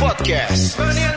Podcast.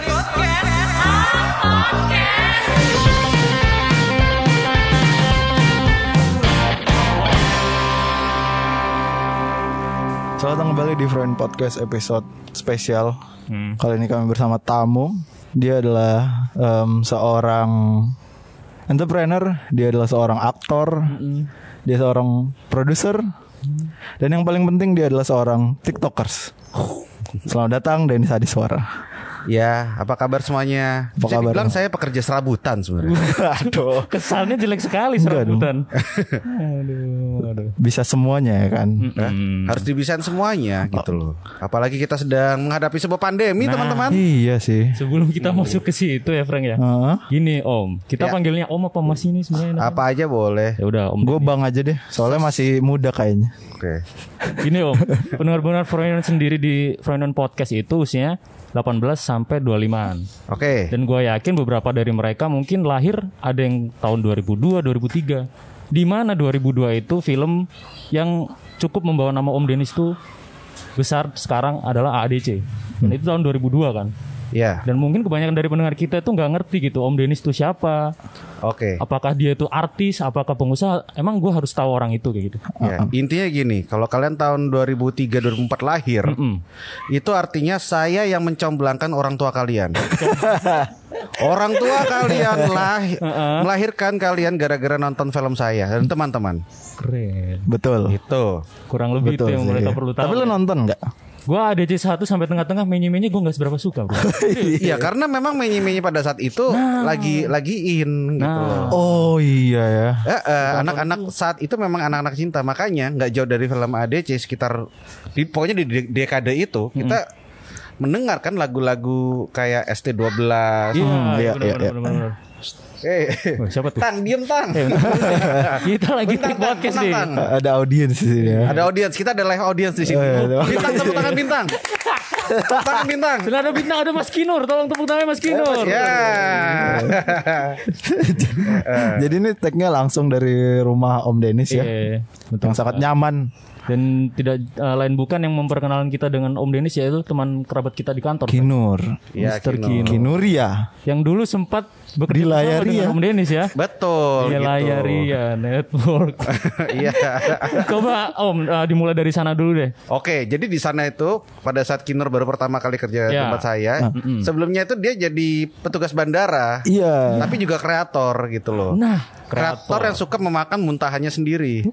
Selamat datang kembali di Friend Podcast episode spesial. Kali ini kami bersama tamu. Dia adalah seorang entrepreneur. Dia adalah seorang aktor. Dia seorang produser. Dan yang paling penting dia adalah seorang TikTokers. Selamat datang Dennis Adiswara. Ya, apa kabar semuanya? Apa Bisa kabar? dibilang saya pekerja serabutan sebenarnya. Aduh, Kesannya jelek sekali serabutan. Aduh. bisa semuanya ya kan. Harus dibisain semuanya gitu loh. Apalagi kita sedang menghadapi sebuah pandemi, teman-teman. Iya sih. Sebelum kita masuk ke situ ya Frank ya. Heeh. Gini Om, kita Ya. panggilnya Om apa Mas ini sebenarnya? Apa aja boleh. Ya udah Om. Gue bang aja deh. Soalnya masih muda kayaknya. Oke. Gini Om, pendengar-pendengar Freudian sendiri di Freudian Podcast itu usianya 18 sampai 25-an. Oke. Dan gue yakin beberapa dari mereka mungkin lahir ada yang tahun 2002, 2003. Di mana 2002 itu film yang cukup membawa nama Om Dennis itu besar sekarang adalah AADC. Dan itu tahun 2002 kan. Ya. Dan mungkin kebanyakan dari pendengar kita itu nggak ngerti gitu Om Dennis itu siapa. Oke. Apakah dia itu artis, apakah pengusaha. Emang gue harus tahu orang itu kayak gitu. Ya, intinya gini, kalau kalian tahun 2003 2004 lahir, itu artinya saya yang mencomblangkan orang tua kalian. Orang tua kalian melahirkan kalian gara-gara nonton film saya dan teman-teman. Keren. Betul. Itu. Kurang lebih Betul itu yang sih, mereka iya. perlu tahu. Tapi lu nonton nggak? Gue ADC 1 sampai tengah-tengah menye-menye gue nggak seberapa suka bro. Iya, karena memang menye-menye pada saat itu lagi in gitu loh. Oh iya ya. Anak-anak saat itu memang anak-anak cinta, makanya nggak jauh dari film ADC sekitar pokoknya di dekade itu kita mendengarkan lagu-lagu kayak ST12. Iya, iya, benar. Siapa tuh? Tang, diem Tang. Kita lagi take podcast nih. Tang. Ada audiens di sini ya. Ada audiens, kita ada live audiens di sini. Bintang, tepuk tangan Bintang. Tangan Bintang. Sudah ada bintang, ada Mas Kinur. Tolong tepuk tangan Mas Kinur. Ya. Jadi ini tag-nya langsung dari rumah Om Dennis ya. Iya, betul. Yang sangat nyaman. Dan tidak lain bukan yang memperkenalkan kita dengan Om Dennis yaitu teman kerabat kita di kantor. Kinur. Ya, Mr. Kinur. Kinuria. Yang dulu sempat bekerja sama Dilayari dengan ya. Om Dennis ya. Betul. Dilayari ya network. Iya. Coba Om dimulai dari sana dulu deh. Oke, jadi di sana itu pada saat Kinur baru pertama kali kerja di Ya. tempat saya, sebelumnya itu dia jadi petugas bandara, Iya. tapi juga kreator gitu loh. Nah, Kreator yang suka memakan muntahannya sendiri.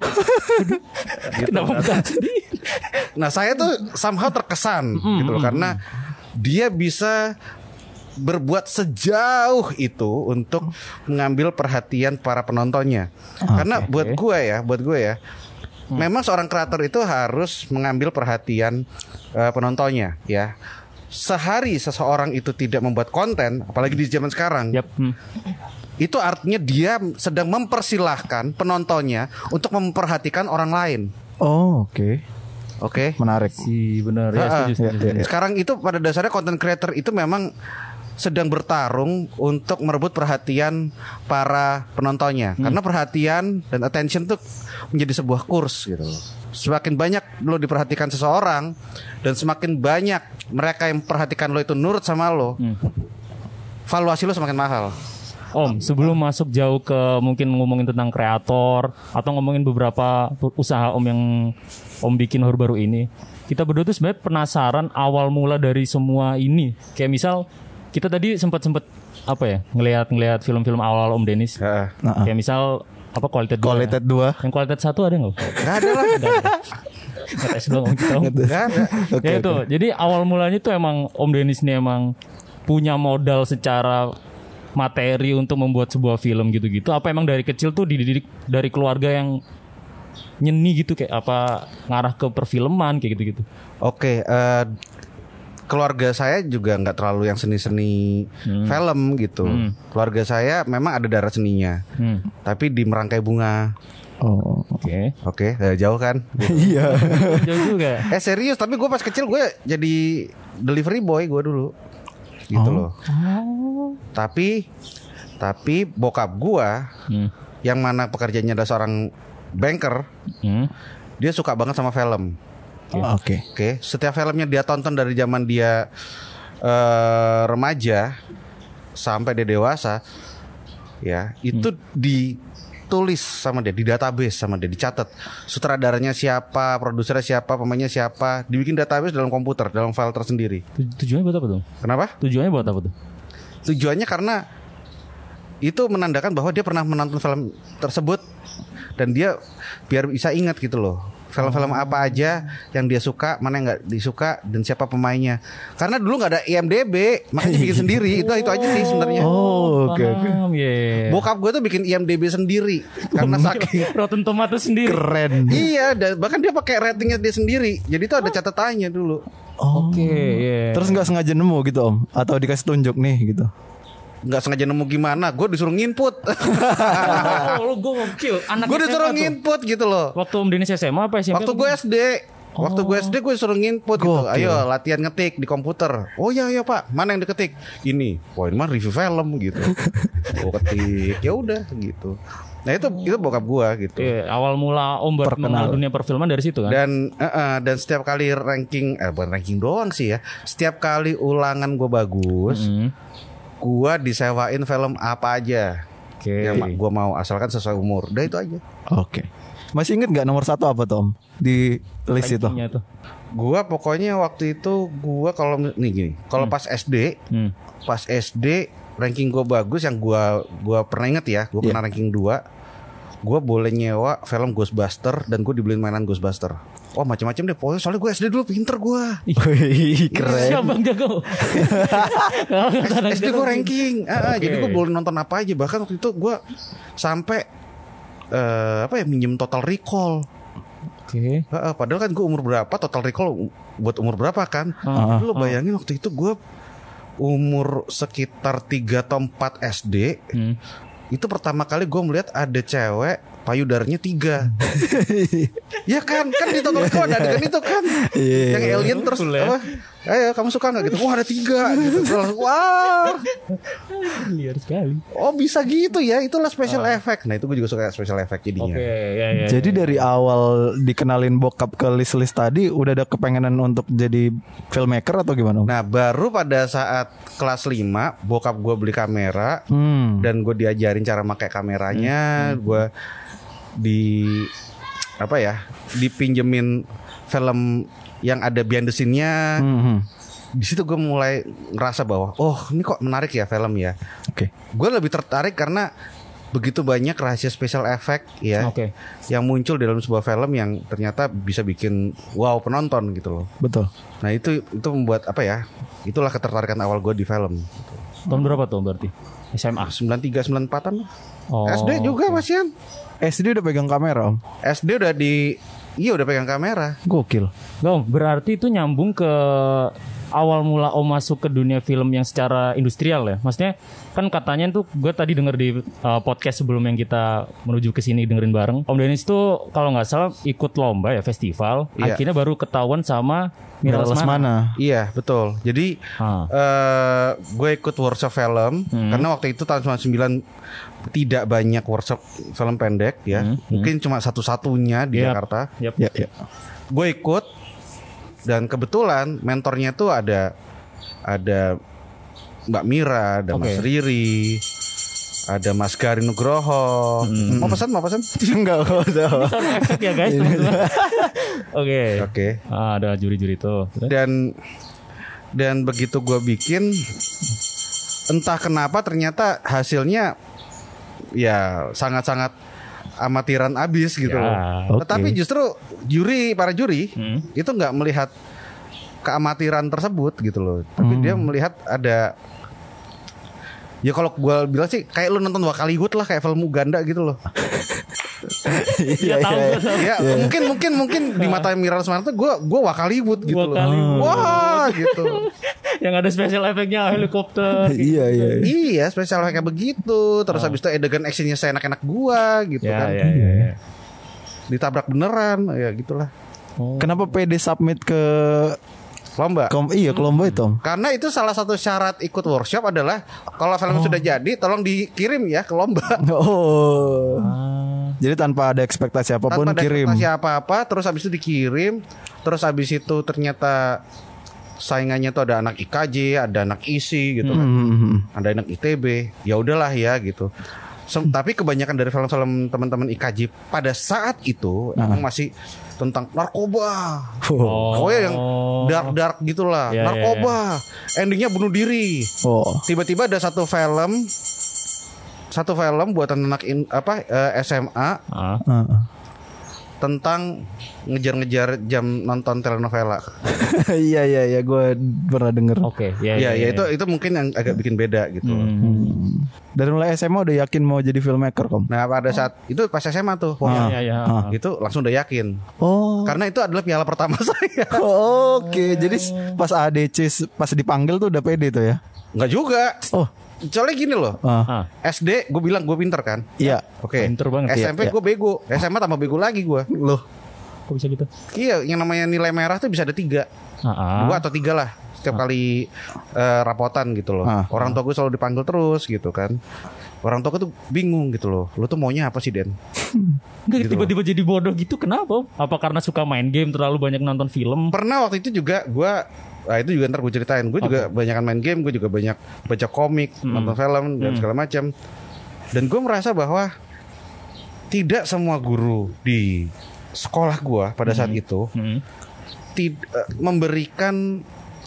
kenapa bukan sendiri? Nah, saya tuh somehow terkesan gitu loh karena dia bisa berbuat sejauh itu untuk mengambil perhatian para penontonnya. Karena buat gue ya, memang seorang kreator itu harus mengambil perhatian penontonnya ya. Sehari seseorang itu tidak membuat konten, apalagi di zaman sekarang, Yap. itu artinya dia sedang mempersilahkan penontonnya untuk memperhatikan orang lain. Oh, oke. Oke. Menarik. Benar ya, setuju. Sekarang itu pada dasarnya content creator itu memang sedang bertarung untuk merebut perhatian para penontonnya. Karena perhatian dan attention tuh menjadi sebuah kurs gitu loh. Semakin banyak lo diperhatikan seseorang dan semakin banyak mereka yang memperhatikan lo itu nurut sama lo, valuasi lo semakin mahal. Om, sebelum masuk jauh ke mungkin ngomongin tentang kreator atau ngomongin beberapa usaha Om yang Om bikin baru-baru ini, kita berdua tuh sebenarnya penasaran awal mula dari semua ini. Kayak misal kita tadi sempat apa ya ngelihat film-film awal Om Dennis. Kayak misal apa Qualitet 2. Qualitet 2. Yang Qualitet 1 ada nggak? Gak ada lah. Ngetes doang Om kita. Om. Gak ada. Ya itu. Jadi awal mulanya tuh emang Om Dennis ini emang punya modal secara materi untuk membuat sebuah film gitu-gitu. Apa emang dari kecil tuh dididik dari keluarga yang nyeni gitu kayak apa ngarah ke perfilman kayak gitu-gitu. Oke, keluarga saya juga nggak terlalu yang seni-seni film gitu. Keluarga saya memang ada darah seninya, tapi di merangkai bunga. Oh. Oke. Oke, jauh kan? Iya. Jauh juga. Serius, tapi gue pas kecil gue jadi delivery boy gue dulu, gitu loh. Tapi bokap gue yang mana pekerjaannya adalah seorang banker, dia suka banget sama film. Oke. Oke, setiap filmnya dia tonton dari zaman dia remaja sampai dia dewasa, ya itu ditulis sama dia di database sama dia, dicatat sutradaranya siapa, produsernya siapa, pemainnya siapa, dibikin database dalam komputer, dalam file tersendiri. Tujuannya buat apa tuh? Kenapa? Tujuannya buat apa tuh? Tujuannya karena itu menandakan bahwa dia pernah menonton film tersebut dan dia biar bisa ingat gitu loh. Film-film apa aja yang dia suka, mana yang nggak disuka, dan siapa pemainnya. Karena dulu nggak ada IMDb, makanya bikin sendiri. Itu aja sih sebenarnya. Oke. Yeah. Bokap gue tuh bikin IMDb sendiri karena saking Rotten Tomatoes sendiri. Keren. iya, dan bahkan dia pakai ratingnya dia sendiri. Jadi itu ada catatannya dulu. Oke, yeah. Terus nggak sengaja nemu gitu Om? Atau dikasih tunjuk nih gitu? Nggak sengaja nemu gimana, gue disuruh nginput. Oh, gue gokil. Anak Gue SMA disuruh tuh. nginput gitu loh. Waktu Om Dennis SMA apa SMP? Waktu gue SD. Waktu gue SD gue disuruh nginput gitu. Gokil. Ayo latihan ngetik di komputer. Oh iya Pak, mana yang diketik? Ini. Wah ini mah review film gitu. Gue ketik. Ya udah gitu. Nah itu bokap gue gitu. Iya, awal mula Om mengenal dunia perfilman dari situ kan? Dan setiap kali ranking, bukan ranking doang sih ya. Setiap kali ulangan gue bagus, gue disewain film apa aja yang gue mau, asalkan sesuai umur. Udah itu aja. Oke. Masih inget nggak nomor 1 apa tuh Om di list itu? Rankingnya tuh. Gue pokoknya waktu itu gue kalau nih gini, kalau pas SD ranking gue bagus, yang gue pernah inget ya, gue pernah ranking 2. Gue boleh nyewa film Ghostbuster dan gue dibeliin mainan Ghostbuster. Oh macam-macam deh pokoknya, soalnya gue SD dulu pinter gue. Wih, keren. Siapa Bang Jago? SD gue ranking. Jadi gue boleh nonton apa aja. Bahkan waktu itu gue sampai minjem Total Recall. Oke. Padahal kan gue umur berapa, Total Recall buat umur berapa kan? Lu bayangin waktu itu gue umur sekitar 3 atau 4 SD. Itu pertama kali gue melihat ada cewek payudaranya 3. Ya kan di Total Recall ada adegan itu kan, yang alien terus apa? Ayo kamu suka nggak gitu? Wah ada 3 gitu. Terus, wah Liar sekali. oh bisa gitu ya, itulah special effect. Nah itu gue juga suka special effect jadinya. Oke, ya. Jadi dari awal dikenalin bokap ke list-list tadi udah ada kepengenan untuk jadi filmmaker atau gimana Om? Nah baru pada saat kelas 5 bokap gue beli kamera dan gue diajarin cara pakai kameranya. Gue dipinjemin film yang ada behind the scene-nya. Di situ gue mulai ngerasa bahwa ini kok menarik ya film ya. Oke. Gue lebih tertarik karena begitu banyak rahasia special effect ya, yang muncul di dalam sebuah film yang ternyata bisa bikin wow penonton gitu loh. Betul. Nah itu membuat itulah ketertarikan awal gue di film. Tahun berapa tuh berarti? SMA 93 94-an. Oh, SD juga masian. SD udah pegang kamera Om? SD udah pegang kamera. Gokil. Om, berarti itu nyambung ke awal mula Om masuk ke dunia film yang secara industrial ya. Maksudnya kan katanya tuh gue tadi denger di podcast sebelum yang kita menuju ke sini dengerin bareng. Om Dennis tuh kalau nggak salah ikut lomba ya, festival. Iya. Akhirnya baru ketahuan sama Mira Lesmana. Iya betul. Jadi gue ikut workshop film karena waktu itu tahun 99 tidak banyak workshop film pendek ya. Mungkin cuma satu-satunya di Jakarta. Ya. Gue ikut dan kebetulan mentornya tuh ada Mbak Mira, ada Mas Riri, ada Mas Gari Nugroho. Mau pesan? Enggak usah. Efek ya guys, teman-teman. Oke. Ada juri-juri itu. Dan begitu gue bikin, entah kenapa ternyata hasilnya ya sangat-sangat amatiran abis gitu loh. Tetapi justru para juri itu nggak melihat keamatiran tersebut gitu loh. Tapi dia melihat ada, ya kalau gue bilang sih kayak lu nonton 2 kali Hollywood lah, kayak film Uganda gitu loh. Iya tahu. Ya mungkin di mata Mira Lesmana tuh gue Hollywood gitu loh. Wah gitu. Yang ada special efeknya helikopter. Iya. Iya special kayak begitu. Terus habis itu adegan actionnya saya enak-enak gua gitu kan. Iya. Ditabrak beneran ya gitulah. Kenapa PD submit ke lomba? Ke lomba itu Om? Karena itu salah satu syarat ikut workshop adalah kalau film sudah jadi tolong dikirim ya ke lomba. Jadi tanpa ada ekspektasi apapun tanpa ada kirim. ekspektasi apa-apa, terus habis itu dikirim. Terus habis itu ternyata saingannya tuh ada anak IKJ, ada anak ISI gitu kan. Ada anak ITB. Ya udahlah ya gitu. Tapi kebanyakan dari film-film teman-teman IKJ pada saat itu emang masih tentang narkoba. Pokoknya yang dark gitulah. Narkoba. Endingnya bunuh diri. Tiba-tiba ada satu film buatan anak SMA tentang ngejar-ngejar jam nonton telenovela. Iya, gue pernah denger. Oke, itu mungkin yang agak bikin beda gitu. Dari mulai SMA udah yakin mau jadi filmmaker, Kom? Nah pada saat itu pas SMA tuh, itu langsung udah yakin. Karena itu adalah piala pertama saya. Oke, jadi pas ADC pas dipanggil tuh udah pede tuh ya? Enggak juga. Soalnya gini loh, SD gue bilang gue pinter kan. Iya. Oke. Pinter banget. SMP gue bego, SMA tambah bego lagi gue. Loh, kok bisa gitu? Iya, yang namanya nilai merah tuh bisa ada 3, 2 atau 3 lah setiap kali rapotan gitu loh. Orang tua gue selalu dipanggil terus gitu kan. Orang tua gue tuh bingung gitu loh. Lu tuh maunya apa sih, Den? Enggak, tiba-tiba jadi bodoh gitu, kenapa? Apa karena suka main game, terlalu banyak nonton film? Pernah waktu itu juga gue, itu juga ntar gue ceritain. Gue juga banyakan main game, gue juga banyak baca komik, nonton film dan segala macam. Dan gue merasa bahwa tidak semua guru di sekolah gue pada saat itu memberikan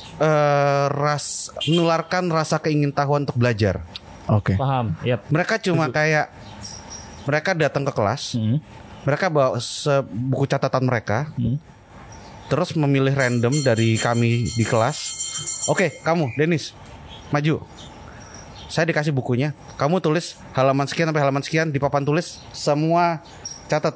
menularkan rasa keingintahuan untuk belajar. Oke. Paham. Yep. Mereka cuma kayak mereka datang ke kelas, mereka bawa buku catatan mereka, terus memilih random dari kami di kelas. Oke, kamu Dennis, maju. Saya dikasih bukunya, kamu tulis halaman sekian sampai halaman sekian di papan tulis, semua catat.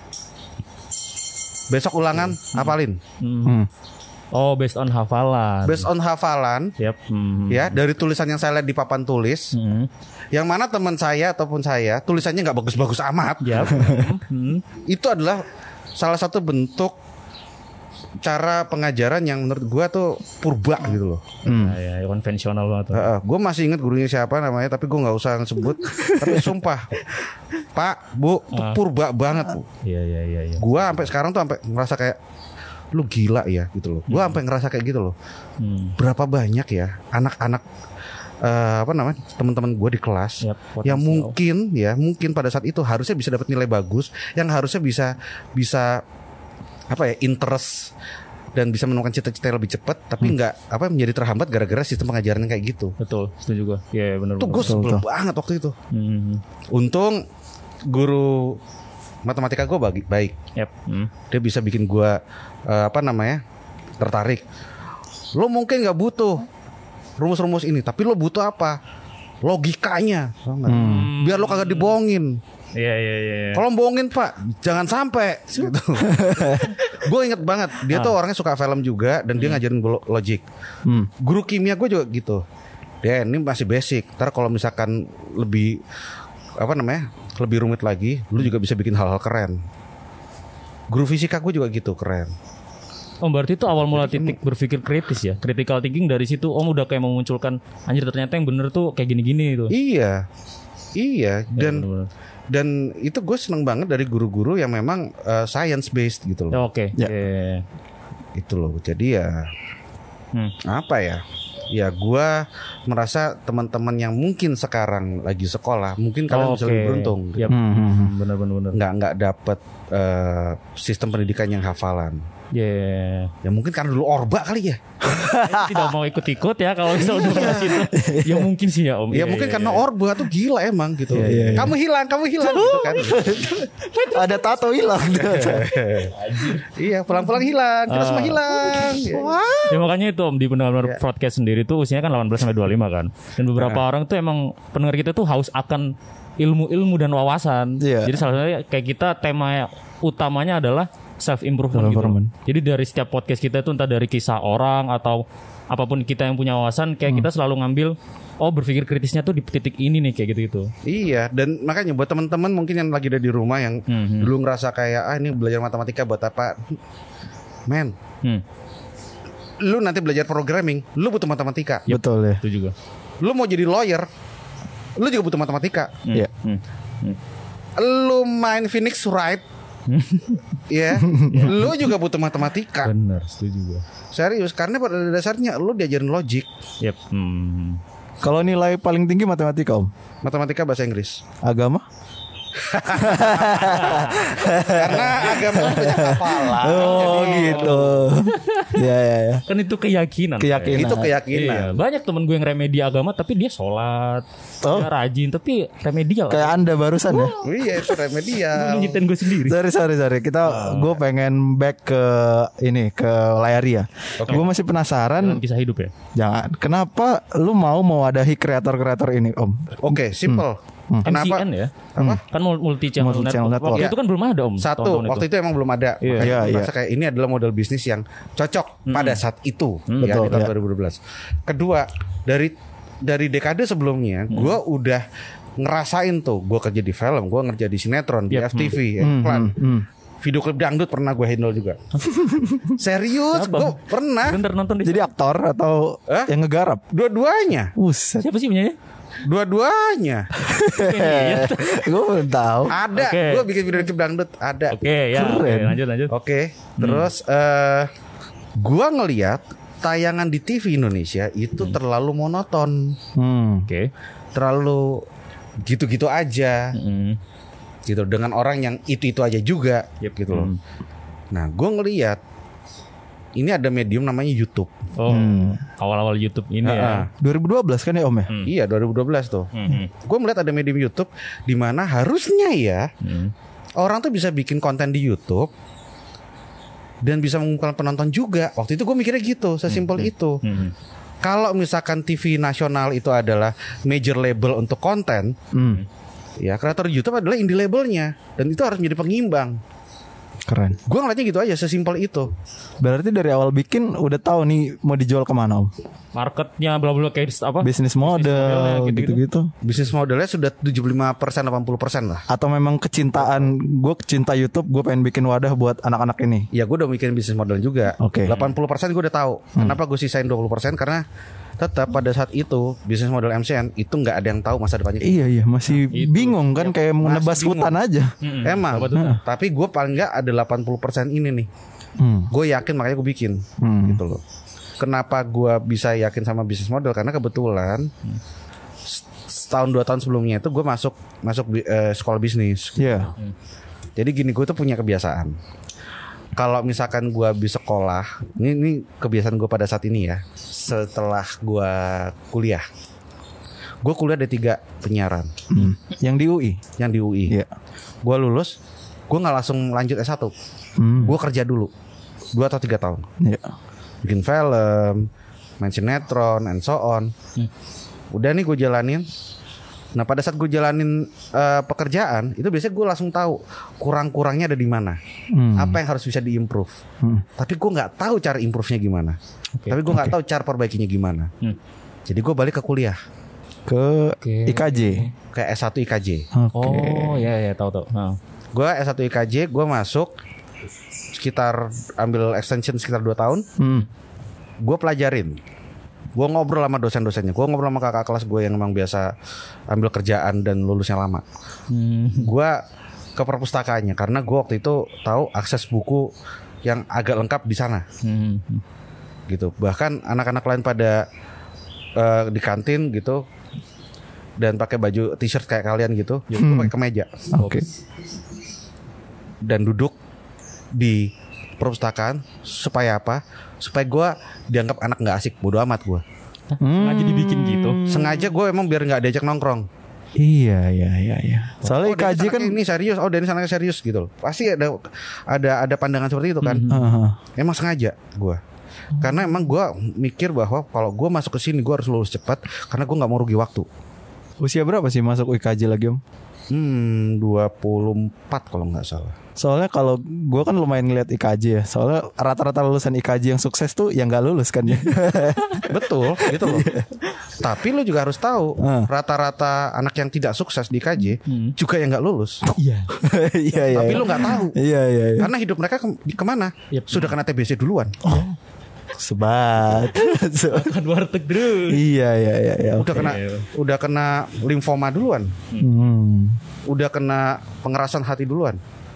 Besok ulangan, hafalin. Oh, based on hafalan. Based on hafalan. Yep. Ya, dari tulisan yang saya lihat di papan tulis. Yang mana teman saya ataupun saya tulisannya nggak bagus-bagus amat. Yep. Itu adalah salah satu bentuk cara pengajaran yang menurut gua tuh purba gitu loh. Ya, konvensional banget. Gue masih ingat gurunya siapa namanya, tapi gue nggak usah sebut. Tapi sumpah, Pak, Bu, itu purba banget, Bu. Iya. Gue sampai sekarang tuh sampai ngerasa kayak lu gila ya gitu loh. Gue sampai ngerasa kayak gitu loh. Berapa banyak ya anak-anak teman-teman gue di kelas yang mungkin pada saat itu harusnya bisa dapat nilai bagus, yang harusnya bisa interest dan bisa menemukan cita-cita yang lebih cepat, tapi nggak menjadi terhambat gara-gara sistem pengajaran yang kayak gitu. Betul, setuju gue. Iya, benar. Tuh gue sebel banget waktu itu. Untung guru matematika gue baik. Dia bisa bikin gue tertarik. Lo mungkin nggak butuh rumus-rumus ini, tapi lo butuh apa? Logikanya, biar lo kagak dibohongin. Iya. Kalau bohongin Pak, jangan sampai gitu. Gue inget banget, dia tuh orangnya suka film juga dan dia ngajarin logik. Guru kimia gue juga gitu. Dia ini masih basic. Ntar kalau misalkan lebih lebih rumit lagi, lu juga bisa bikin hal-hal keren. Guru fisika gue juga gitu, keren. Oh, berarti itu awal mula titik berpikir kritis ya. Critical thinking dari situ udah kayak memunculkan, anjir ternyata yang bener tuh kayak gini-gini itu. Iya. Dan itu gue seneng banget dari guru-guru yang memang science based gitu loh. Oke. Itu loh. Jadi ya ya gue merasa teman-teman yang mungkin sekarang lagi sekolah, mungkin kalian bisa lebih beruntung. Benar. Nggak dapet sistem pendidikan yang hafalan. Ya mungkin karena dulu orba kali ya. Tidak mau ikut-ikut ya kalau misalnya udah situ. Ya mungkin sih ya Om. Ya mungkin karena orba tuh gila emang gitu. Kamu hilang gitu kan. Ada tato hilang. Iya, pulang-pulang hilang, kita semua hilang. Ya makanya itu Om, di benar-benar podcast sendiri tuh usianya kan 18 sampai 25 kan. Dan beberapa orang tuh emang pendengar kita tuh haus akan ilmu-ilmu dan wawasan. Jadi salah satunya kayak kita tema utamanya adalah self improvement gitu. Jadi dari setiap podcast kita itu entah dari kisah orang atau apapun kita yang punya wawasan, kayak kita selalu ngambil berpikir kritisnya tuh di titik ini nih kayak gitu. Iya, dan makanya buat teman-teman mungkin yang lagi ada di rumah yang dulu ngerasa kayak ini belajar matematika buat apa? Men. Lu nanti belajar programming, lu butuh matematika. Betul ya. Itu juga. Lu mau jadi lawyer, lu juga butuh matematika. Iya. Lu main Phoenix Wright, Iya, lu juga butuh matematika. Bener, setuju gue. Serius, karena pada dasarnya lu diajarin logik. Yep. Kalau nilai paling tinggi matematika Om? Matematika, bahasa Inggris. Agama? Karena agama kan banyak hafalan. Oh gitu. Ya. Kan itu keyakinan. Keyakinan. Itu keyakinan. Iya, banyak temen gue yang remedi agama tapi dia sholat, dia rajin tapi remedial. Kayak Anda barusan ya. Oh, iya, itu remedial. Ngingetin gue sendiri. Sorry. Gue pengen back ke ini, ke layari ya. Gue masih penasaran. Dalam kisah hidup ya. Jangan. Kenapa lu mau mewadahi kreator-kreator ini Om? Oke, simple. Kenapa? MCN ya. Apa? Kan multi-channel Multi-channel network. Waktu network. itu kan belum ada Om. Satu, tahun-tahun waktu itu emang belum ada. Iya. Makanya Iya, gue iya. merasa kayak ini adalah model bisnis yang cocok pada saat itu, ya, Betul, di tahun iya. 2012. Kedua, dari dekade sebelumnya, gue udah ngerasain tuh, gue kerja di film, gue kerja di sinetron, di FTV, iklan. Video klip dangdut pernah gue handle juga. Serius, gue pernah. Bener nonton di Jadi aktor atau Hah? yang ngegarap? Dua-duanya. Buset. siapa sih penyanyi? Dua-duanya. Gue belum tahu. Ada. Oke. Gue bikin video klip dangdut. Ada. Oke, ya. Oke, Keren. lanjut. Oke. Terus gue ngeliat tayangan di TV Indonesia itu terlalu monoton. Oke. Terlalu gitu-gitu aja. Gitu, dengan orang yang itu aja juga. Yep. Gitu loh. Nah, gue ngeliat ini ada medium namanya YouTube. Oh, awal-awal YouTube ini ya. 2012 kan ya Om ya? Iya, 2012 tuh. Gue melihat ada medium YouTube di mana harusnya ya orang tuh bisa bikin konten di YouTube dan bisa mengumpulkan penonton juga. Waktu itu gue mikirnya gitu, sesimpel itu. Kalau misalkan TV nasional itu adalah major label untuk konten, ya kreator YouTube adalah indie labelnya, dan itu harus menjadi pengimbang. Keren. Gue ngeliatnya gitu aja, sesimpel itu. Berarti dari awal bikin udah tahu nih mau dijual kemana Om? Marketnya bla-bla kayak apa? Bisnis model gitu-gitu. Bisnis modelnya sudah 75%, 80% lah. Atau memang kecintaan, gue kecinta YouTube, gue pengen bikin wadah buat anak-anak ini. Ya gue udah mikirin bisnis model juga. Oke. 80% gue udah tahu. Kenapa gue sisain 20%? Karena tetap pada saat itu bisnis model MCN itu nggak ada yang tahu masa depannya. Iya masih bingung kan, kayak menebas bingung. hutan aja. Emang. Tapi gue paling nggak ada 80% ini nih. Gue yakin, makanya gue bikin gitu loh. Kenapa gue bisa yakin sama bisnis model? Karena kebetulan setahun 2 tahun sebelumnya itu gue masuk sekolah bisnis. Iya. Jadi gini, gue tuh punya kebiasaan. Kalau misalkan gue habis sekolah, ini kebiasaan gue pada saat ini ya. Setelah gue kuliah, gue kuliah ada 3 penyiaran. Yang di UI. Yang di UI. Iya. Gue lulus, gue nggak langsung lanjut S1. Gue kerja dulu 2 atau 3 tahun. Iya. Bikin film, main sinetron, and so on. Udah nih gue jalanin. Nah pada saat gue jalanin pekerjaan, itu biasanya gue langsung tahu kurang-kurangnya ada di mana, apa yang harus bisa diimprove. Tapi gue nggak tahu cara improve-nya gimana. Tapi gue nggak tahu cara perbaikinya gimana. Jadi gue balik ke kuliah, Ke IKJ. ke S1 IKJ. Oh, ya tahu. Gue S1 IKJ, gue masuk sekitar ambil extension sekitar 2 tahun. Gue pelajarin. Gue ngobrol sama dosen-dosennya. Gue ngobrol sama kakak kelas gue yang memang biasa ambil kerjaan dan lulusnya lama. Gue ke perpustakaannya karena gue waktu itu tahu akses buku yang agak lengkap di sana. Gitu. Bahkan anak-anak lain pada di kantin gitu dan pakai baju t-shirt kayak kalian gitu. Gue pakai kemeja. Oke. Dan duduk di perpustakaan supaya apa? Supaya gue dianggap anak nggak asik, bodo amat gue. Sengaja dibikin gitu. Sengaja gue emang biar nggak diajak nongkrong. Iya. Soalnya IKJ Dennis kan anaknya ini serius, Dennis anaknya serius gitu loh. Pasti ada pandangan seperti itu kan. Emang sengaja gue. Karena emang gue mikir bahwa kalau gue masuk ke sini gue harus lulus cepat karena gue nggak mau rugi waktu. usia berapa sih masuk IKJ lagi Om? 24 kalau nggak salah. Soalnya kalau gue kan lumayan ngeliat IKJ ya. Soalnya rata-rata lulusan IKJ yang sukses tuh yang gak lulus kan ya. Betul, gitu loh. Tapi lu juga harus tahu rata-rata anak yang tidak sukses di IKJ juga yang nggak lulus. Iya. Iya. Tapi lu nggak tahu. Iya. Karena hidup mereka kemana? Sudah kena TBC duluan. Sebat. Makan warteg terus. Iya. Udah kena limfoma duluan. Udah kena pengerasan hati duluan.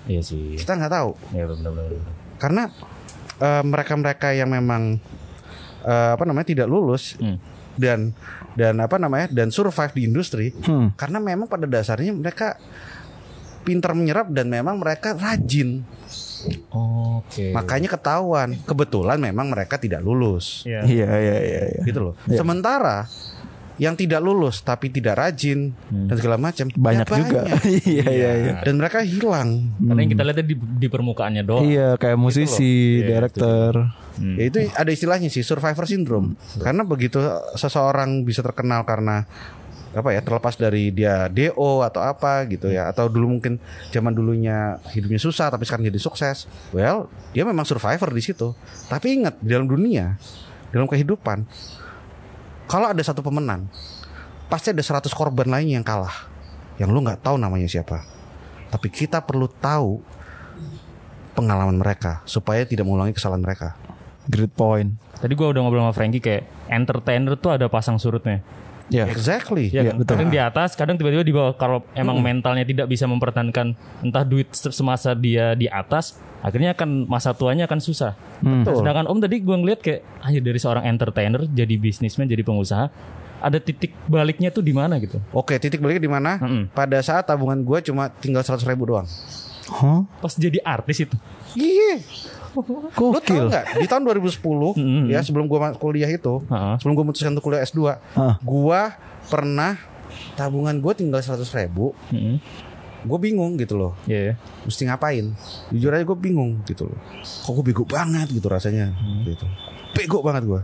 Iya sih. Kita nggak tahu. Iya benar. Karena mereka-mereka yang memang tidak lulus dan survive di industri karena memang pada dasarnya mereka pintar menyerap dan memang mereka rajin. Oke. Makanya ketahuan. Kebetulan memang mereka tidak lulus. Iya. Iya. Gitu loh. Sementara yang tidak lulus tapi tidak rajin dan segala macam Banyak juga. Iya. Dan mereka hilang. Karena yang kita lihat di permukaannya doang. Iya, kayak musisi, director. Ya itu ada istilahnya sih, survivor syndrome. Karena begitu seseorang bisa terkenal karena terlepas dari dia DO atau apa gitu ya, atau dulu mungkin zaman dulunya hidupnya susah tapi sekarang jadi sukses. Well, dia memang survivor di situ. Tapi ingat, di dalam dunia, dalam kehidupan, kalau ada satu pemenang, pasti ada 100 korban lain yang kalah, yang lu nggak tahu namanya siapa. Tapi kita perlu tahu pengalaman mereka supaya tidak mengulangi kesalahan mereka. Great point. Tadi gue udah ngobrol sama Frankie kayak entertainer tuh ada pasang surutnya. Ya. Exactly. Ya, betul. Kadang di atas, kadang tiba-tiba di bawah. Kalau emang mentalnya tidak bisa mempertahankan entah duit semasa dia di atas, akhirnya akan masa tuanya akan susah. Betul. Sedangkan Om tadi gue ngeliat kayak dari seorang entertainer jadi bisnismen, jadi pengusaha, ada titik baliknya tuh di mana gitu. Oke, titik baliknya di mana? Pada saat tabungan gue cuma tinggal 100.000 doang. Hah? Pas jadi artis itu. Iya. Lu tau Gokil. gak? Di tahun 2010 ya, sebelum gue kuliah itu, sebelum gue memutuskan untuk kuliah S2, gue pernah tabungan gue tinggal 100.000. Gue bingung gitu loh. Iya. Mesti ngapain? Jujur aja gue bingung gitu loh. Kok gue bego banget gitu rasanya gitu. Bego banget gue.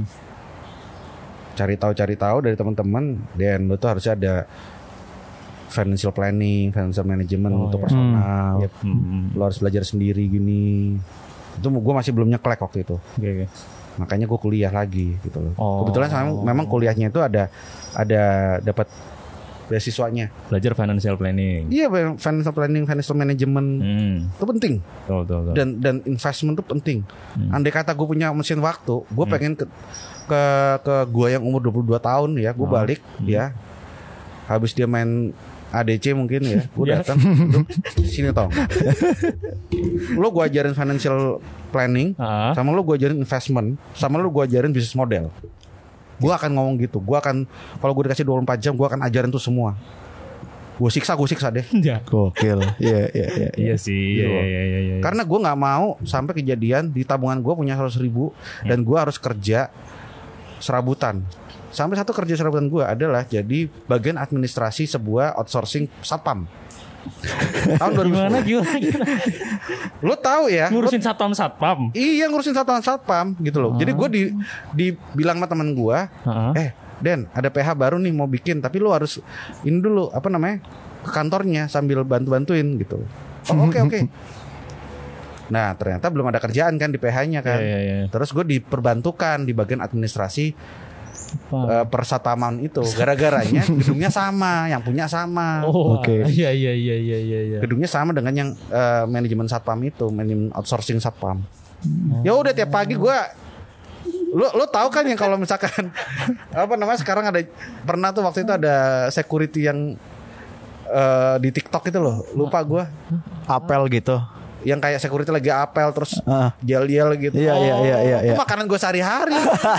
Cari tahu dari teman-teman, dan lo tuh harusnya ada financial planning, financial management untuk personal. Lo harus belajar sendiri gini. Itu gue masih belum nyeklek waktu itu. Oke. Makanya gue kuliah lagi gitu loh. Kebetulan memang kuliahnya itu ada dapat beasiswanya. Belajar financial planning. Iya, financial planning, financial management itu penting. Betul. Dan investment itu penting. Andai kata gue punya mesin waktu, gue pengen ke gue yang umur 22 tahun ya, gue balik ya. Habis dia main ADC mungkin ya, gue datang sini tong. Lo gue ajarin financial planning, sama lo gue ajarin investment, sama lo gue ajarin bisnis model. Gue akan ngomong gitu. Gue akan, kalau gue dikasih 24 jam, gue akan ajarin tuh semua. Gue siksa deh. Ya. Gokil. Iya. Iya sih. Iya. Karena gue nggak mau sampai kejadian di tabungan gue punya 100.000 dan gue harus kerja serabutan. Sampai satu kerja serabutan gue adalah jadi bagian administrasi sebuah outsourcing satpam. Tahun 2010. Gimana? Lo tahu ya? Ngurusin satpam. Iya, ngurusin satpam gitu loh. Jadi gue dibilang sama teman gue, Den, ada PH baru nih mau bikin, tapi lo harus ini dulu ke kantornya sambil bantuin gitu. Oh, oke. Nah, ternyata belum ada kerjaan kan di PH-nya kan. Iya. Terus gue diperbantukan di bagian administrasi persataman itu. Gara-garanya gedungnya sama, yang punya sama. Oke. Iya. Gedungnya sama dengan yang manajemen satpam itu, manajemen outsourcing satpam. Ya udah tiap pagi gue, lo tahu kan yang kalau misalkan sekarang ada, pernah tuh waktu itu ada security yang di TikTok itu loh, lupa gue. Apel gitu. Yang kayak security lagi apel terus yel-yel gitu. Iya. Itu makanan gue sehari-hari.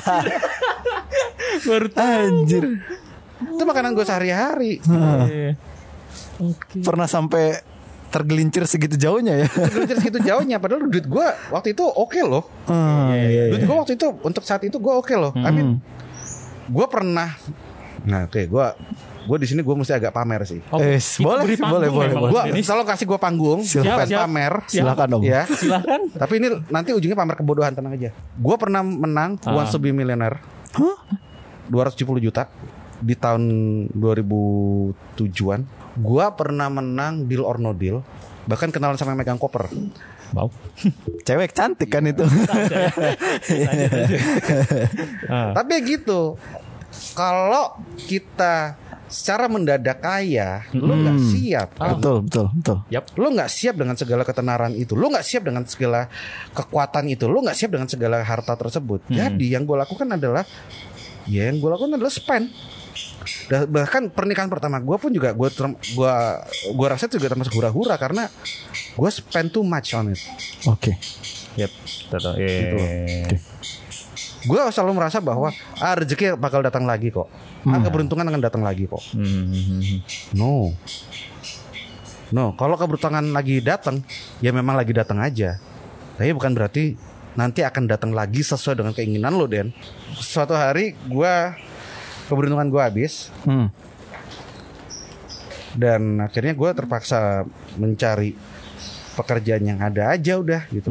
Baru Anjir. Itu makanan gue sehari-hari. Oke. Pernah sampai tergelincir segitu jauhnya ya. Tergelincir segitu jauhnya. Padahal duit gue waktu itu oke loh. Duit gue waktu itu untuk saat itu gue oke loh. I mean, gue pernah. Nah, oke, gue di sini gue mesti agak pamer sih. Boleh. Gue selalu kasih gue panggung, Silakan. pamer. Silakan Om. Ya. Silakan. Tapi ini nanti ujungnya pamer kebodohan, tenang aja. Gue pernah menang Wants to be Millionaire. 270 juta di tahun 2007-an. Gua pernah menang Deal or No Deal, bahkan kenalan sama yang megang koper. Wow. Cewek cantik kan itu. Tapi gitu. Kalau kita secara mendadak kaya, lu nggak siap kan? Betul. Yap. Lu nggak siap dengan segala ketenaran itu, lu nggak siap dengan segala kekuatan itu, lu nggak siap dengan segala harta tersebut. Jadi yang gue lakukan adalah spend. Bahkan pernikahan pertama gue pun juga gue rasa itu juga termasuk hura-hura karena gue spend too much on it. Oke. Yep. Gitu loh. Gue selalu merasa bahwa rezeki bakal datang lagi kok. Keberuntungan akan datang lagi kok. No, kalau keberuntungan lagi datang, ya memang lagi datang aja. Tapi bukan berarti nanti akan datang lagi sesuai dengan keinginan lo, Den. Suatu hari keberuntungan gue habis. Dan akhirnya gue terpaksa mencari pekerjaan yang ada aja udah gitu.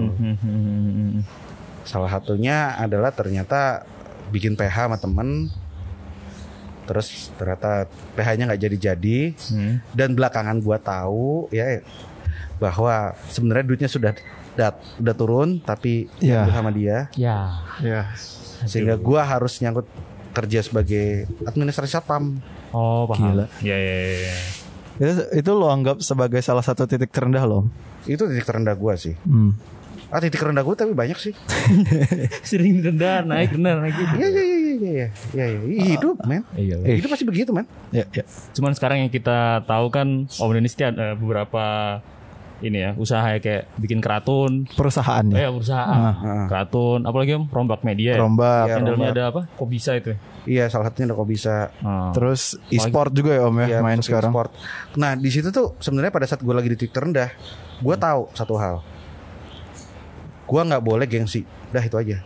Salah satunya adalah ternyata bikin PH sama temen. Terus ternyata PH-nya nggak jadi-jadi. Dan belakangan gue tahu ya bahwa sebenarnya duitnya sudah turun, tapi sama dia. Sehingga gue harus nyangkut kerja sebagai administrasi satpam. Oh, paham. Gila. Ya. Itu lo anggap sebagai salah satu titik terendah lo? Itu titik terendah gue sih. Titik terendah gue tapi banyak sih. Sering rendah naik gitu. Iya. Hidup, men. Hidup pasti begitu, men. Iya. Cuman sekarang yang kita tahu kan Om Denis ada beberapa ini ya, usaha kayak bikin keratun. Perusahaan ya? Perusahaan. Keratun, apalagi Om, rombak media. Rombak. Handle-nya ada apa? Kok bisa itu? Iya, salah satunya ada kok bisa. Terus e-sport juga ya Om ya, main sekarang. E-sport. Nah, di situ tuh sebenarnya pada saat gue lagi di titik terendah, gue tahu satu hal. Gue nggak boleh gengsi. Udah itu aja.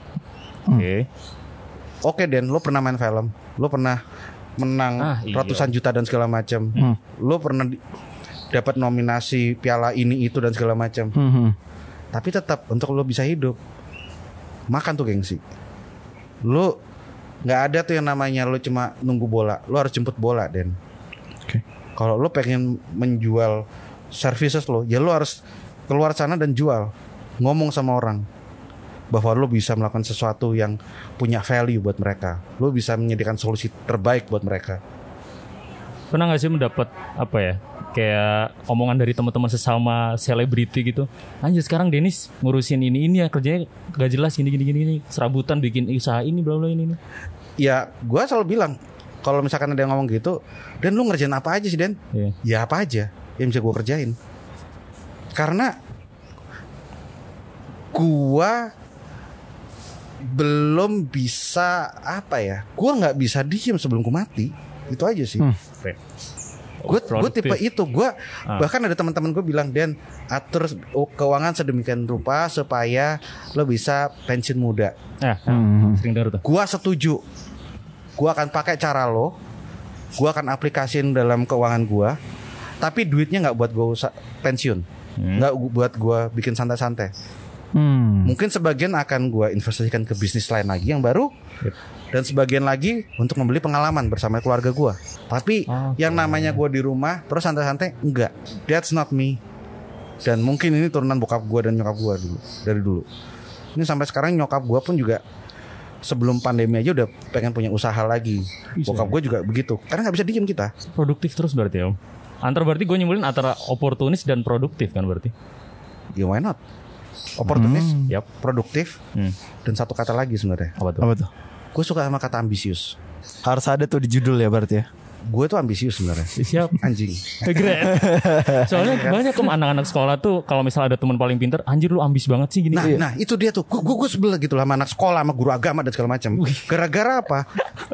Oke, Den, lo pernah main film, lo pernah menang ratusan juta dan segala macam. Lo pernah dapat nominasi piala ini itu dan segala macam. Tapi tetap untuk lo bisa hidup, makan tuh gengsi. Lo nggak ada tuh yang namanya lo cuma nunggu bola. Lo harus jemput bola, Den. Kalau lo pengen menjual services lo, ya lo harus keluar sana dan jual. Ngomong sama orang bahwa lo bisa melakukan sesuatu yang punya value buat mereka. Lo bisa menyediakan solusi terbaik buat mereka. Pernah gak sih mendapat apa ya, kayak omongan dari teman-teman sesama selebriti gitu, anjir sekarang Denis ngurusin ini ya, kerjanya gak jelas gini, serabutan bikin usaha ini bla bla ini. Ya gue selalu bilang, kalau misalkan ada yang ngomong gitu, Dan lu ngerjain apa aja sih, Den? Ya apa aja yang bisa gue kerjain. Karena gua belum bisa gua nggak bisa diem sebelum gua mati. Itu aja sih. Gue tipe itu. Bahkan ada teman-teman gue bilang, Dan, atur keuangan sedemikian rupa supaya lo bisa pensiun muda. Sering dengar tuh. Gua setuju. Gua akan pakai cara lo. Gua akan aplikasiin dalam keuangan gua. Tapi duitnya nggak buat gue pensiun, nggak buat gue bikin santai-santai. Mungkin sebagian akan gue investasikan ke bisnis lain lagi yang baru, dan sebagian lagi untuk membeli pengalaman bersama keluarga gue. Tapi yang namanya gue di rumah terus santai-santai, enggak. That's not me. Dan mungkin ini turunan bokap gue dan nyokap gue dari dulu. Ini sampai sekarang nyokap gue pun juga sebelum pandemi aja udah pengen punya usaha lagi. Bokap gue juga begitu. Karena nggak bisa diem kita. Produktif terus berarti, Om. Berarti gue nyimpulin antara oportunis dan produktif kan berarti. Ya why not? Oportunis, produktif, dan satu kata lagi sebenarnya. Apa tuh? Gue suka sama kata ambisius. Harus ada tuh di judul ya berarti ya. Gue tuh ambisius sebenarnya. Siap. Anjing. Keren. Soalnya banyak anak-anak sekolah tuh kalau misalnya ada teman paling pintar, anjir lu ambis banget sih gini. Nah itu dia tuh. Gue sebel gitu lah sama anak sekolah, sama guru agama dan segala macam. Gara-gara apa?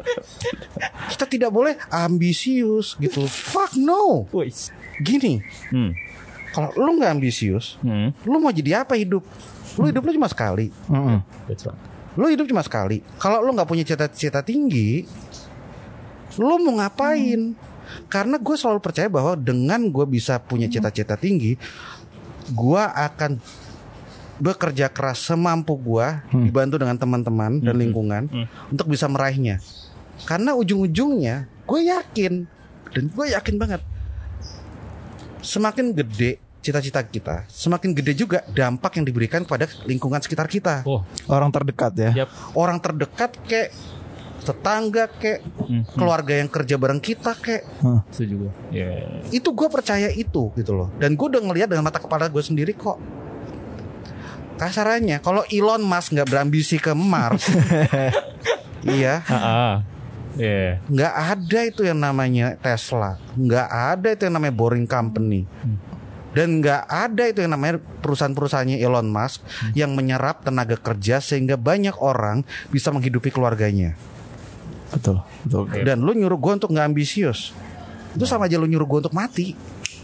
Kita tidak boleh ambisius gitu. Fuck no. Gini. Kalau lu nggak ambisius, lu mau jadi apa hidup? Lu hidup lu cuma sekali. Lu hidup cuma sekali. Kalau lu nggak punya cita-cita tinggi, lu mau ngapain? Karena gue selalu percaya bahwa dengan gue bisa punya cita-cita tinggi, gue akan bekerja keras semampu gue, dibantu dengan teman-teman dan lingkungan untuk bisa meraihnya. Karena ujung-ujungnya gue yakin, dan gue yakin banget, semakin gede cita-cita kita, semakin gede juga dampak yang diberikan kepada lingkungan sekitar kita. Orang terdekat ya. Orang terdekat kayak tetangga, kayak keluarga yang kerja bareng kita, kayak itu juga. Itu gue percaya itu gitu loh. Dan gue udah ngelihat dengan mata kepala gue sendiri kok. Kasarannya kalau Elon Musk nggak berambisi ke Mars, iya, Iya. Nggak ada itu yang namanya Tesla, nggak ada itu yang namanya Boring Company, dan nggak ada itu yang namanya perusahaan-perusahaannya Elon Musk yang menyerap tenaga kerja sehingga banyak orang bisa menghidupi keluarganya. Betul. Dan lu nyuruh gue untuk nggak ambisius, itu sama aja lu nyuruh gue untuk mati.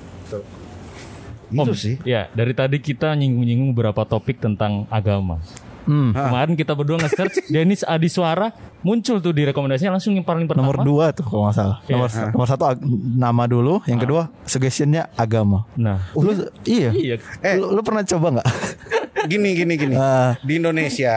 Itu sih. Ya, dari tadi kita nyinggung-nyinggung beberapa topik tentang agama. Kemarin kita berdua nge-search Dennis Adiswara, muncul tuh di rekomendasinya langsung yang paling pertama. Nomor 2 tuh kalau nggak salah. Nomor 1 nama dulu, yang kedua suggestionnya agama. Nah, Iya. Lu pernah coba nggak? Gini. Di Indonesia,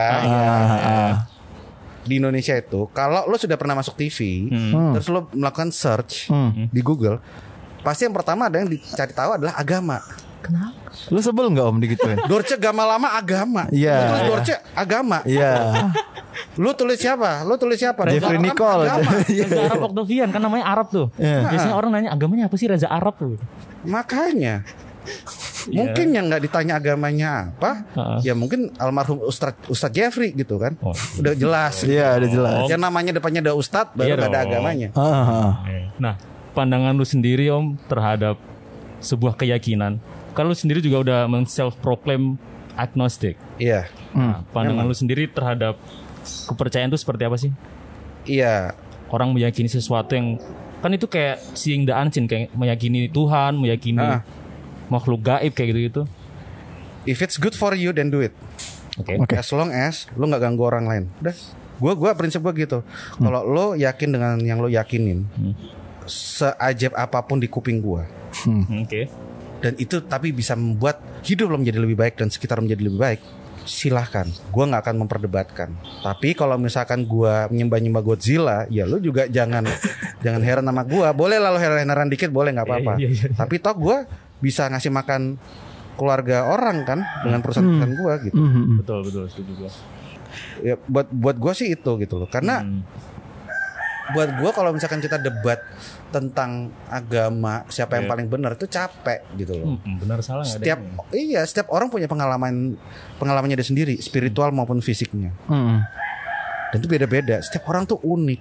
di Indonesia itu, kalau lo sudah pernah masuk TV, terus lo melakukan search di Google, pasti yang pertama ada yang dicari tahu adalah agama. kenapa? Lu sebel nggak Om digituin? Dorce Gama Lama agama. Iya. Lu tulis Dorce agama. Iya. Lu tulis siapa? Jeffrey Nicole. Reza Arab Octavian kan namanya Arab tuh. Biasanya orang nanya agamanya apa sih Reza Arab tuh. Makanya mungkin yang nggak ditanya agamanya apa, ya mungkin almarhum Ustadz Jeffrey gitu kan. Udah jelas. Iya, udah jelas. Yang namanya depannya ada Ustadz, baru nggak ada agamanya. Nah, pandangan lu sendiri Om terhadap sebuah keyakinan. Kalau lu sendiri juga udah men-self-proclaim agnostic. Iya. Nah, pandangan lu sendiri terhadap kepercayaan itu seperti apa sih? Iya. Orang meyakini sesuatu yang kan itu kayak seeing the unseen, kayak meyakini Tuhan, meyakini makhluk gaib kayak gitu-gitu. If it's good for you, then do it. Oke. As long as lu nggak ganggu orang lain. Udah. Gua prinsip gua gitu. Kalau lo yakin dengan yang lo yakinin, seajaib apapun di kuping gua. Oke. Dan itu tapi bisa membuat hidup lo menjadi lebih baik dan sekitar menjadi lebih baik, silahkan. Gue nggak akan memperdebatkan. Tapi kalau misalkan gue menyembah Godzilla, ya lo juga jangan heran sama gue. Boleh lah lo heran dikit, boleh nggak apa-apa. Tapi toh gue bisa ngasih makan keluarga orang kan dengan perusahaan gue gitu. Betul setuju gue. Ya, buat gue sih itu gitu loh. Karena buat gue kalau misalkan kita debat tentang agama siapa yang paling benar itu capek gitu loh. Benar salah nggak ada. Setiap orang punya pengalamannya dia sendiri, spiritual maupun fisiknya. Dan itu beda-beda. Setiap orang tuh unik.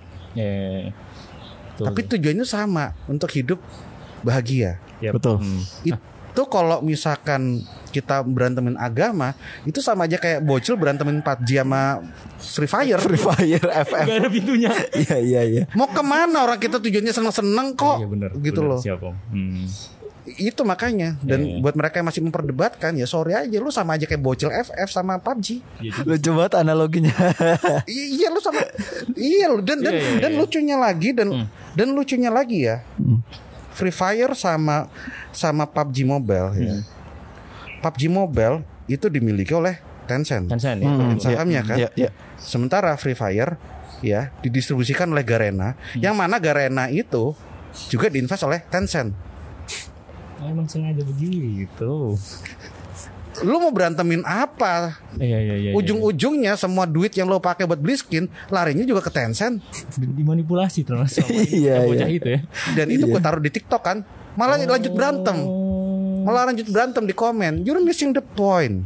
Tapi tujuannya sama, untuk hidup bahagia. Betul. Itu kalau misalkan kita berantemin agama, itu sama aja kayak bocil berantemin PUBG sama Free Fire FF. Gak ada pintunya. Iya. Mau kemana orang kita tujuannya seneng-seneng kok. Iya bener, gitu bener, loh. Siap, Om. Itu makanya. Dan buat mereka yang masih memperdebatkan, ya sorry aja, lu sama aja kayak bocil FF sama PUBG. Lucu banget analoginya. Iya lu sama. Iya lu dan lucunya lagi dan lucunya lagi ya. Free Fire sama PUBG Mobile ya. PUBG Mobile itu dimiliki oleh Tencent ya, sahamnya kan. Sementara Free Fire ya didistribusikan oleh Garena, yang mana Garena itu juga diinvest oleh Tencent. Emang sengaja begitu. Lu mau berantemin apa? Iya. Ujung-ujungnya semua duit yang lo pakai buat beli skin larinya juga ke Tencent. Dimanipulasi terus sama bocah itu ya. Dan itu gue taruh di TikTok kan, malah lanjut berantem. Malah lanjut berantem di komen. You're missing the point.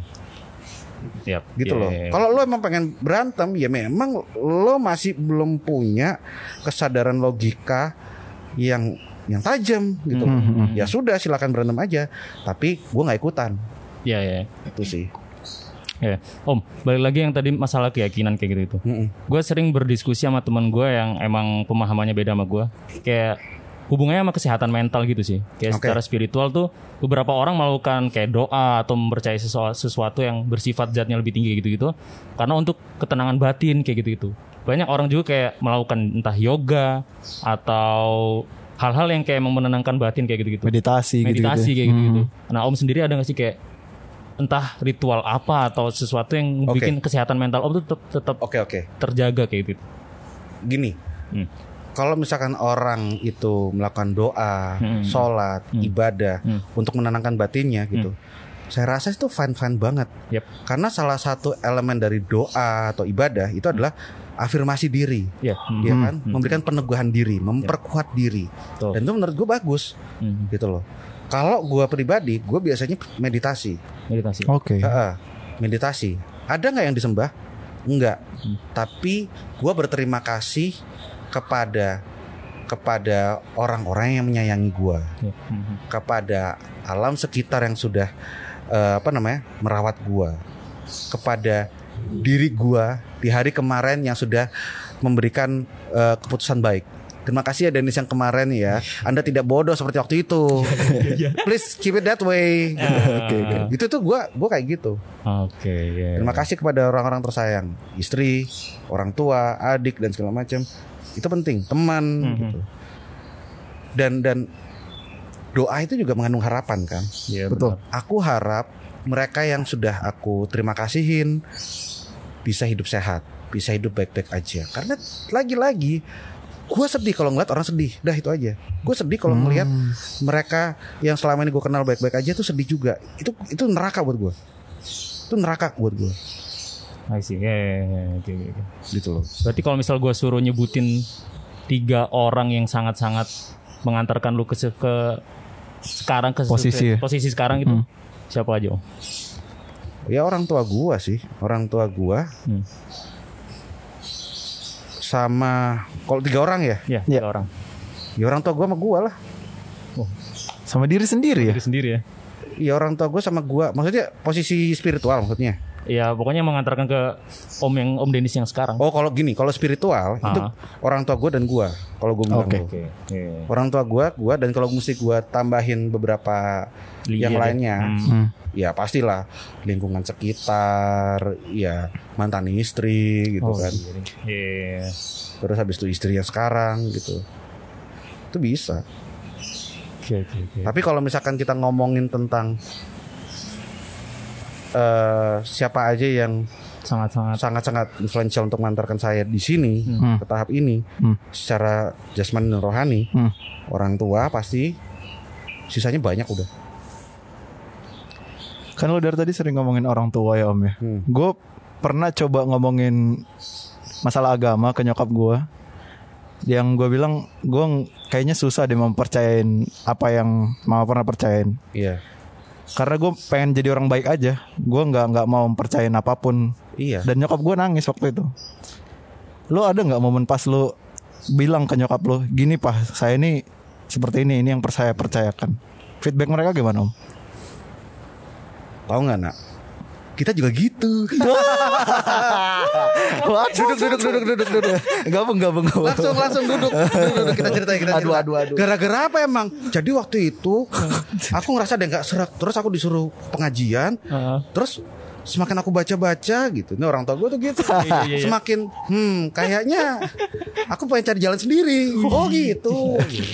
Gitu loh. Kalau lo emang pengen berantem, ya memang lo masih belum punya kesadaran logika yang tajam gitu. Ya sudah, silakan berantem aja. Tapi gue nggak ikutan. Iya. Itu sih. Ya, Om, balik lagi yang tadi masalah keyakinan kayak gitu itu. Gue sering berdiskusi sama teman gue yang emang pemahamannya beda sama gue. Kayak hubungannya sama kesehatan mental gitu sih. Kayak secara spiritual tuh beberapa orang melakukan kayak doa atau mempercayai sesuatu yang bersifat zatnya lebih tinggi gitu-gitu. Karena untuk ketenangan batin kayak gitu-gitu. Banyak orang juga kayak melakukan entah yoga atau hal-hal yang kayak menenangkan batin kayak gitu-gitu. Meditasi kayak gitu-gitu. Nah, Om sendiri ada gak sih kayak entah ritual apa atau sesuatu yang bikin kesehatan mental Om tuh tetap terjaga kayak gitu? Gini. Kalau misalkan orang itu melakukan doa, sholat, ibadah untuk menenangkan batinnya gitu, saya rasa itu fun banget. Karena salah satu elemen dari doa atau ibadah itu adalah afirmasi diri, ya kan, memberikan peneguhan diri, memperkuat diri, dan itu menurut gue bagus, gitu loh. Kalau gue pribadi, gue biasanya meditasi. Meditasi. Ada nggak yang disembah? Enggak. Tapi gue berterima kasih kepada orang-orang yang menyayangi gua, kepada alam sekitar yang sudah merawat gua, kepada diri gua di hari kemarin yang sudah memberikan keputusan baik. Terima kasih ya Dennis yang kemarin ya. Anda tidak bodoh seperti waktu itu. Please keep it that way. Okay. Itu tuh gue kayak gitu. Terima kasih kepada orang-orang tersayang, istri, orang tua, adik dan segala macam. Itu penting, teman gitu. Dan doa itu juga mengandung harapan kan. Betul. Aku harap mereka yang sudah aku terima kasihin bisa hidup sehat, bisa hidup baik-baik aja. Karena lagi-lagi gue sedih kalau ngeliat orang sedih. Dah itu aja. Gue sedih kalau ngeliat mereka yang selama ini gue kenal baik-baik aja tuh sedih juga. Itu neraka buat gue. Itu neraka buat gue. I see. Okay. Gitu loh. Berarti kalau misal gue suruh nyebutin 3 orang yang sangat-sangat mengantarkan lu ke sekarang ke posisi sekarang itu, siapa aja Om? Ya orang tua gue sih. Orang tua gue. Sama kalau 3 orang ya? Iya, 3 orang. Ya orang tua gue sama gue lah. Sama diri sendiri ya? Diri sendiri ya? Iya orang tua gue sama gue. Maksudnya posisi spiritual maksudnya? Ya pokoknya mengantarkan ke Om Dennis yang sekarang. Oh kalau gini, kalau spiritual itu orang tua gue dan gue. Kalau gue bilang orang tua gue dan kalau mesti gue tambahin beberapa yang lainnya. Ya pastilah lingkungan sekitar, ya mantan istri gitu kan. Terus habis itu istri yang sekarang gitu. Itu bisa. Tapi kalau misalkan kita ngomongin tentang siapa aja yang sangat-sangat influential untuk mengantarkan saya di sini ke tahap ini secara jasmani dan rohani, orang tua pasti, sisanya banyak udah. Kan lo dari tadi sering ngomongin orang tua ya Om ya. Gue pernah coba ngomongin masalah agama ke nyokap gue, yang gue bilang gue kayaknya susah deh mempercayain apa yang mama pernah percayain. Iya. Karena gue pengen jadi orang baik aja. Gue nggak mau mempercayain apapun. Iya. Dan nyokap gue nangis waktu itu. Lo ada nggak momen pas lo bilang ke nyokap lo, gini Pak, saya ini seperti ini yang saya percayakan. Feedback mereka gimana Om? Tahu nggak nak? Kita juga gitu. Duduk. Gabung. Langsung duduk. Kita cerita. Aduh. Gara-gara apa emang? Jadi waktu itu aku ngerasa ada nggak serak. Terus aku disuruh pengajian. Terus semakin aku baca gitu. Ini orang tua gue tuh gitu. Semakin kayaknya aku pengen cari jalan sendiri. Oh gitu.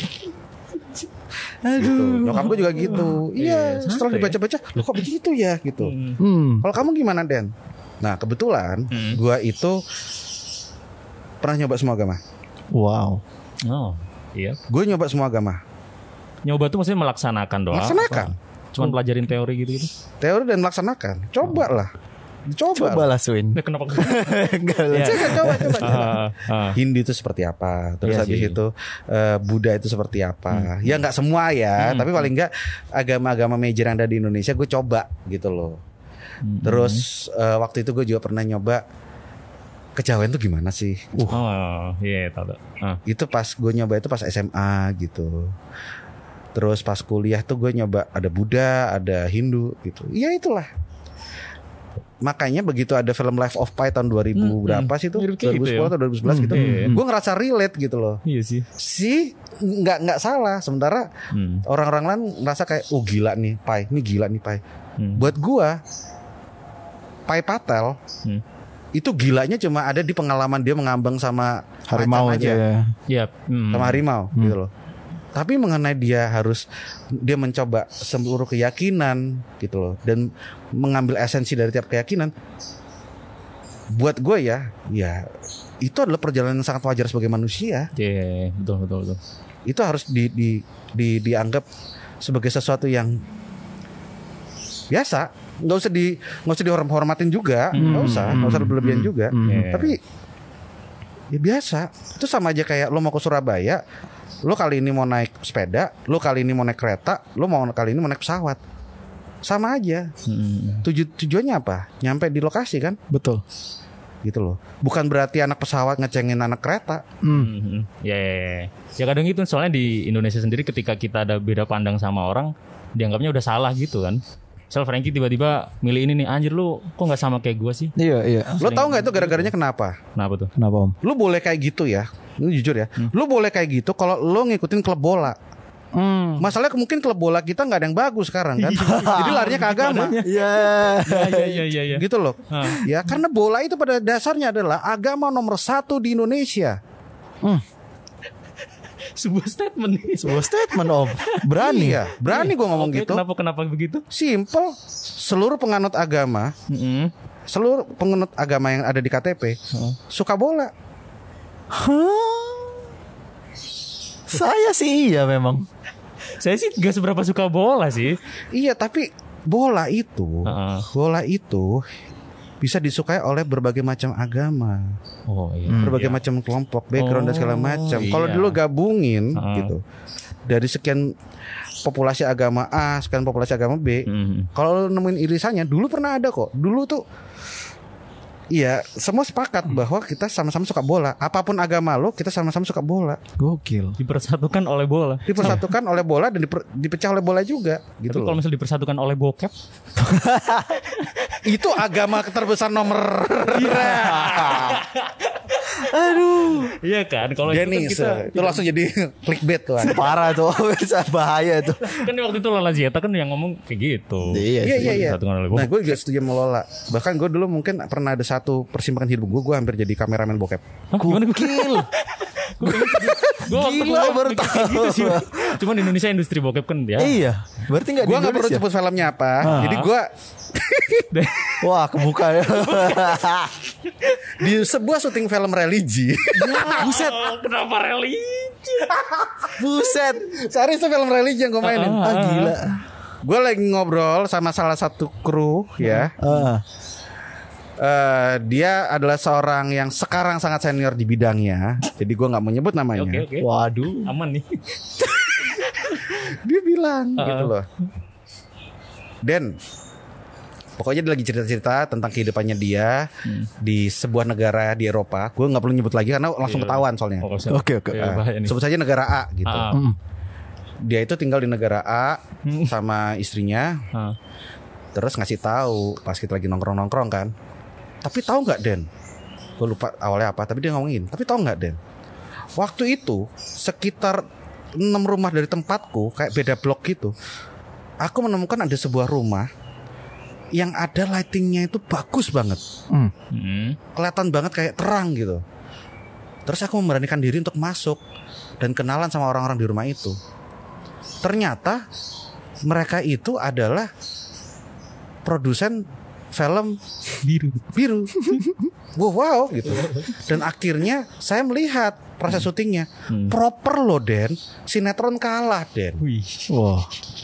Aduh, gitu. Nyokap gue juga gitu. Iya, setelah dibaca-baca, lo kok begitu ya gitu. Kalau kamu gimana Den? Nah kebetulan gue itu pernah nyoba semua agama. Wow. Oh iya. Gue nyoba semua agama. Nyoba tuh maksudnya melaksanakan doang. Melaksanakan. Cuman pelajarin teori gitu. Teori dan melaksanakan. Cobalah. Cobalah Swin. Kenapa? Coba. Hindu itu seperti apa? Terus habis itu Buddha itu seperti apa? Ya nggak semua ya, tapi paling nggak agama-agama major yang ada di Indonesia gue coba gitu loh. Terus waktu itu gue juga pernah nyoba kejawen tuh gimana sih? Tahu. Itu pas gue nyoba itu pas SMA gitu. Terus pas kuliah tuh gue nyoba ada Buddha, ada Hindu gitu. Ya itulah. Makanya begitu ada film Life of Pi tahun 2000 berapa sih itu? 2010 atau 2011 gitu. Gue ngerasa relate gitu loh. Iya sih. Nggak salah. Sementara orang-orang lain ngerasa kayak gila nih Pi, ini gila nih Pi. Buat gue Pi Patel itu gilanya cuma ada di pengalaman dia mengambang sama harimau aja. Iya. Sama harimau gitu loh. Tapi mengenai dia mencoba seluruh keyakinan gitu loh, dan mengambil esensi dari tiap keyakinan. Buat gue ya itu adalah perjalanan yang sangat wajar sebagai manusia. Iya, betul. Itu harus dianggap sebagai sesuatu yang biasa. Nggak usah dihormatin juga, nggak usah berlebihan juga. Tapi ya biasa. Itu sama aja kayak lo mau ke Surabaya. Lo kali ini mau naik sepeda, lo kali ini mau naik kereta, lo kali ini mau naik pesawat. Sama aja. Tujuannya apa? Nyampe di lokasi kan? Betul. gitu loh. Bukan berarti anak pesawat ngecengin anak kereta. Ya kadang gitu soalnya di Indonesia sendiri ketika kita ada beda pandang sama orang dianggapnya udah salah gitu kan. Misal Frankie tiba-tiba milih ini nih, anjir lu kok nggak sama kayak gue sih? Iya. Lo tau nggak itu gara-garanya kenapa? Kenapa tuh? Kenapa Om? Lu boleh kayak gitu ya, ini jujur ya. Lu boleh kayak gitu kalau lu ngikutin klub bola. Masalahnya mungkin klub bola kita nggak ada yang bagus sekarang kan. Jadi larinya ke agama. Iya. Iya. Gitu loh. Ya karena bola itu pada dasarnya adalah agama nomor 1 di Indonesia. Sebuah statement nih. Sebuah statement Om. Berani. Iya, berani gue ngomong Oke, gitu. Kenapa begitu? Simple. Seluruh penganut agama, seluruh penganut agama yang ada di KTP suka bola. Saya sih iya memang. Saya sih gak seberapa suka bola sih. Iya, tapi bola itu bisa disukai oleh berbagai macam agama, Oh iya. berbagai macam kelompok, background dan segala macam. Kalau dulu gabungin gitu, dari sekian populasi agama A, sekian populasi agama B, kalau nemuin irisannya, dulu pernah ada kok. Dulu tuh, iya, semua sepakat bahwa kita sama-sama suka bola. Apapun agama lo, kita sama-sama suka bola. Gokil. Dipersatukan oleh bola. Dipersatukan oleh bola dan dipecah oleh bola juga, gitu Tapi kalau loh. misalnya dipersatukan oleh bokep, Itu agama terbesar nomor. Aduh. iya kan? Kalau itu kan Dennis, kita itu langsung jadi clickbait tuh. Parah tuh. Bahaya tuh. kan waktu itu Lola Zieta kan yang ngomong kayak gitu. Iya. Iya. Dipersatukan oleh Nah, bokep. gue juga setuju sama Lola. Bahkan gue dulu mungkin pernah ada satu persimpangan hidup gue hampir jadi kameramen bokep. Hah, gimana gue? Gokil. Gue waktu Gila, kuliah baru mikir kayak gitu sih. tahu. Cuman di Indonesia industri bokep kan ya. Iya. Berarti nggak di Gue nggak perlu Indonesia? sebut filmnya apa. Jadi gue Wah, kebuka ya. di sebuah syuting film religi. Buset. Oh, kenapa religi? Buset. Serius itu film religi yang gue mainin. Gila. Gue lagi ngobrol sama salah satu kru ya. Dia adalah seorang yang sekarang sangat senior di bidangnya. Jadi gue nggak mau nyebut namanya. Oke. Waduh. Aman nih. Dia bilang gitu loh, Den, pokoknya dia lagi cerita-cerita tentang kehidupannya dia di sebuah negara di Eropa. Gue nggak perlu nyebut lagi karena langsung ketahuan soalnya. Oke. Iya, bahaya nih. Sebut saja negara A gitu. Dia itu tinggal di negara A sama istrinya. Terus ngasih tahu pas kita lagi nongkrong kan. Tapi tahu nggak, Den? Gue lupa awalnya apa. Tapi dia ngomongin. Tapi tahu nggak, Den? Waktu itu sekitar 6 rumah dari tempatku, kayak beda blok gitu, aku menemukan ada sebuah rumah yang ada lightingnya itu bagus banget, kelihatan banget kayak terang gitu. Terus aku memberanikan diri untuk masuk dan kenalan sama orang-orang di rumah itu. Ternyata mereka itu adalah produsen film biru. Wow gitu. Dan akhirnya saya melihat proses syutingnya proper loh, Den. Sinetron kalah, Den. Wah.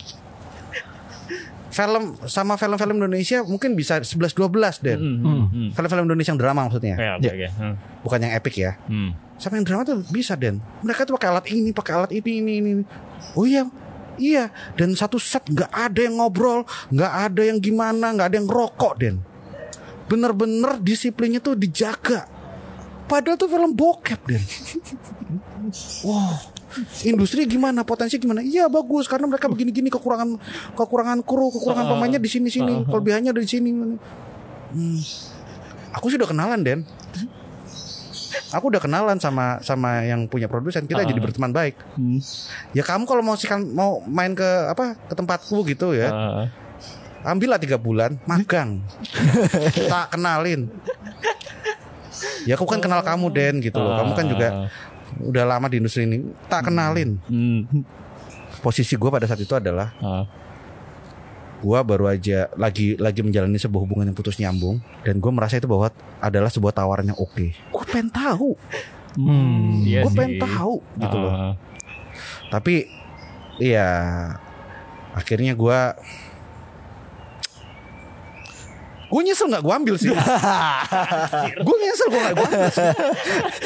Film-film Indonesia mungkin bisa 11-12, Den. Film-film Indonesia yang drama maksudnya. Oke. Bukan yang epic ya. Sama yang drama tuh bisa, Den. Mereka tuh pakai alat ini, ini. Oh iya. Dan satu set nggak ada yang ngobrol, nggak ada yang gimana, nggak ada yang rokok, Den. Bener-bener disiplinnya tuh dijaga. Padahal tuh film bokep, Den. Wow. Industri gimana, potensi gimana? Iya bagus karena mereka begini-gini, kekurangan kru, kekurangan pemainnya di sini, kelebihannya di sini. Aku sih udah kenalan, Den. Aku udah kenalan sama yang punya produsen. Kita jadi berteman baik. Ya kamu kalau mau main ke tempatku gitu ya, ambillah 3 bulan magang. Tak kenalin. Ya aku kan kenal kamu, Den, gitu loh. Kamu kan juga udah lama di industri ini. Tak kenalin. Posisi gue pada saat itu adalah gue baru aja lagi menjalani sebuah hubungan yang putus nyambung, dan gue merasa itu bahwa adalah sebuah tawaran yang oke. Gue pengen tahu. Iya Gue sih. pengen tahu gitu loh. Tapi iya, akhirnya gue nyesel gak gue ambil sih. Gue nyesel gue gak ambil sih.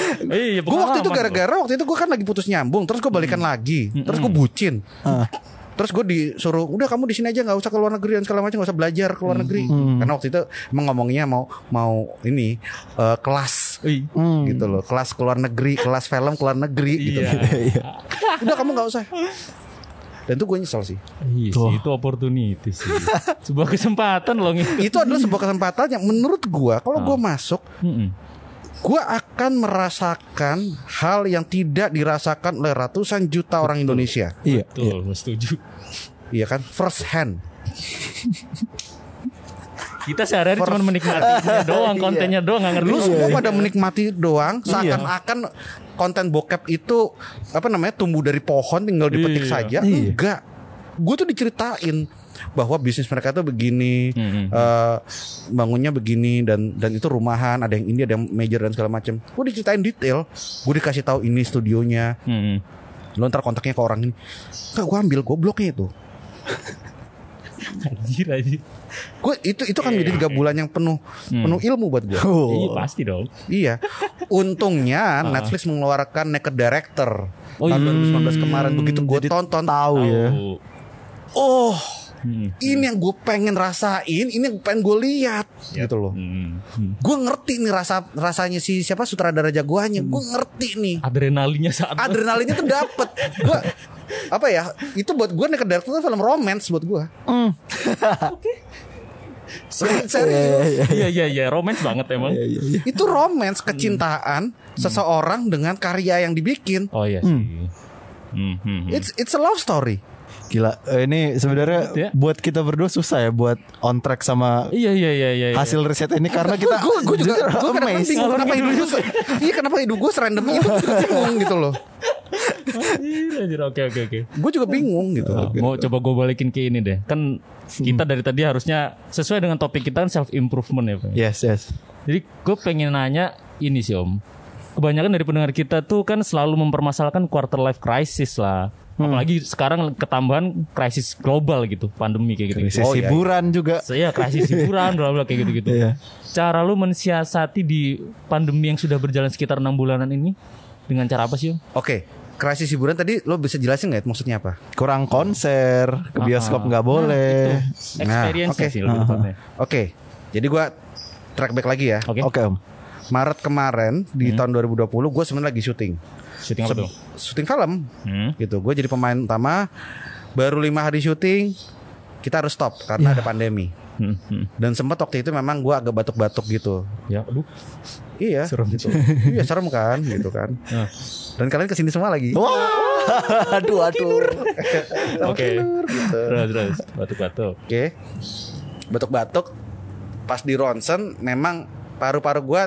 Iya, Gue waktu itu gara-gara waktu itu gue kan lagi putus nyambung, terus gue balikan lagi, terus gue bucin. Terus gue disuruh, udah kamu di sini aja, nggak usah ke luar negeri dan segala macam, nggak usah belajar ke luar negeri. Karena waktu itu emang ngomongnya mau ini kelas gitu loh, kelas ke luar negeri, kelas film ke luar negeri gitu. Udah kamu nggak usah. Dan itu gue nyesel sih. Iya sih, itu opportunity sih. Sebuah kesempatan loh. Itu adalah sebuah kesempatan yang menurut gue, kalau gue masuk, gue akan merasakan hal yang tidak dirasakan oleh ratusan juta orang Indonesia. Iya. Betul, setuju. Iya kan, first hand. Kita sehari-hari cuma menikmatinya doang, kontennya doang, nggak ngerti. Lu semua pada menikmati doang, seakan-akan konten bokep itu tumbuh dari pohon tinggal dipetik saja. Enggak. Gue tuh diceritain bahwa bisnis mereka tuh begini, bangunnya begini, dan itu rumahan, ada yang ini, ada yang major dan segala macam. Gue diceritain detail, gue dikasih tahu ini studionya. Lo ntar kontaknya ke orang ini. Enggak, gue ambil gobloknya itu. Anjir. Gue itu kan jadi 3 bulan yang penuh ilmu buat gue. Iya pasti dong. Iya. Untungnya Netflix mengeluarkan Naked Director tahun 2019 kemarin. Begitu gue tonton, tahu ya. Ini yang gue pengen rasain, ini yang pengen gue lihat, gitu loh. Gue ngerti nih rasanya siapa sutradara jagoannya. Gue ngerti nih. Adrenalinnya tuh dapet. Gue itu buat gue Naked Director tuh film romance buat gue. Serius. Iya, romance banget emang. Itu romance kecintaan seseorang dengan karya yang dibikin. Oh iya sih. It's a love story. Gila, ini sebenarnya buat kita berdua susah ya buat on track sama hasil riset ini karena kita gue juga amazed. Kenapa hidup gue serandom itu, bingung gitu loh. Oke. Gue juga bingung gitu. Mau coba gue balikin ke ini deh. Kan kita dari tadi harusnya sesuai dengan topik kita kan self improvement ya Pak. Yes. Jadi gue pengen nanya ini sih Om. Kebanyakan dari pendengar kita tuh kan selalu mempermasalahkan quarter life crisis lah. Apalagi sekarang ketambahan krisis global gitu, pandemi kayak gitu. Krisis hiburan juga. Iya, krisis hiburan bla bla kayak gitu-gitu. Cara lu mensiasati di pandemi yang sudah berjalan sekitar 6 bulanan ini dengan cara apa sih, Om? Oke. Krisis hiburan tadi lo bisa jelasin nggak maksudnya apa? Kurang konser, ke bioskop nggak boleh. Experience sih lebih tepatnya. Oke. Jadi gue track back lagi ya. Oke Om. Maret kemarin di tahun 2020 gue sebenarnya lagi syuting. Syuting apa tuh? Syuting film. Gitu. Gue jadi pemain utama. Baru 5 hari syuting kita harus stop karena ada pandemi. Dan sempat waktu itu memang gue agak batuk-batuk gitu. Ya, aduh. Iya, serem gitu. Iya, serem kan, gitu kan. Dan kalian kesini semua lagi. Wah, aduh. Oke. Gitu. Terus batuk-batuk. Oke. Batuk-batuk. Pas di ronsen memang paru-paru gue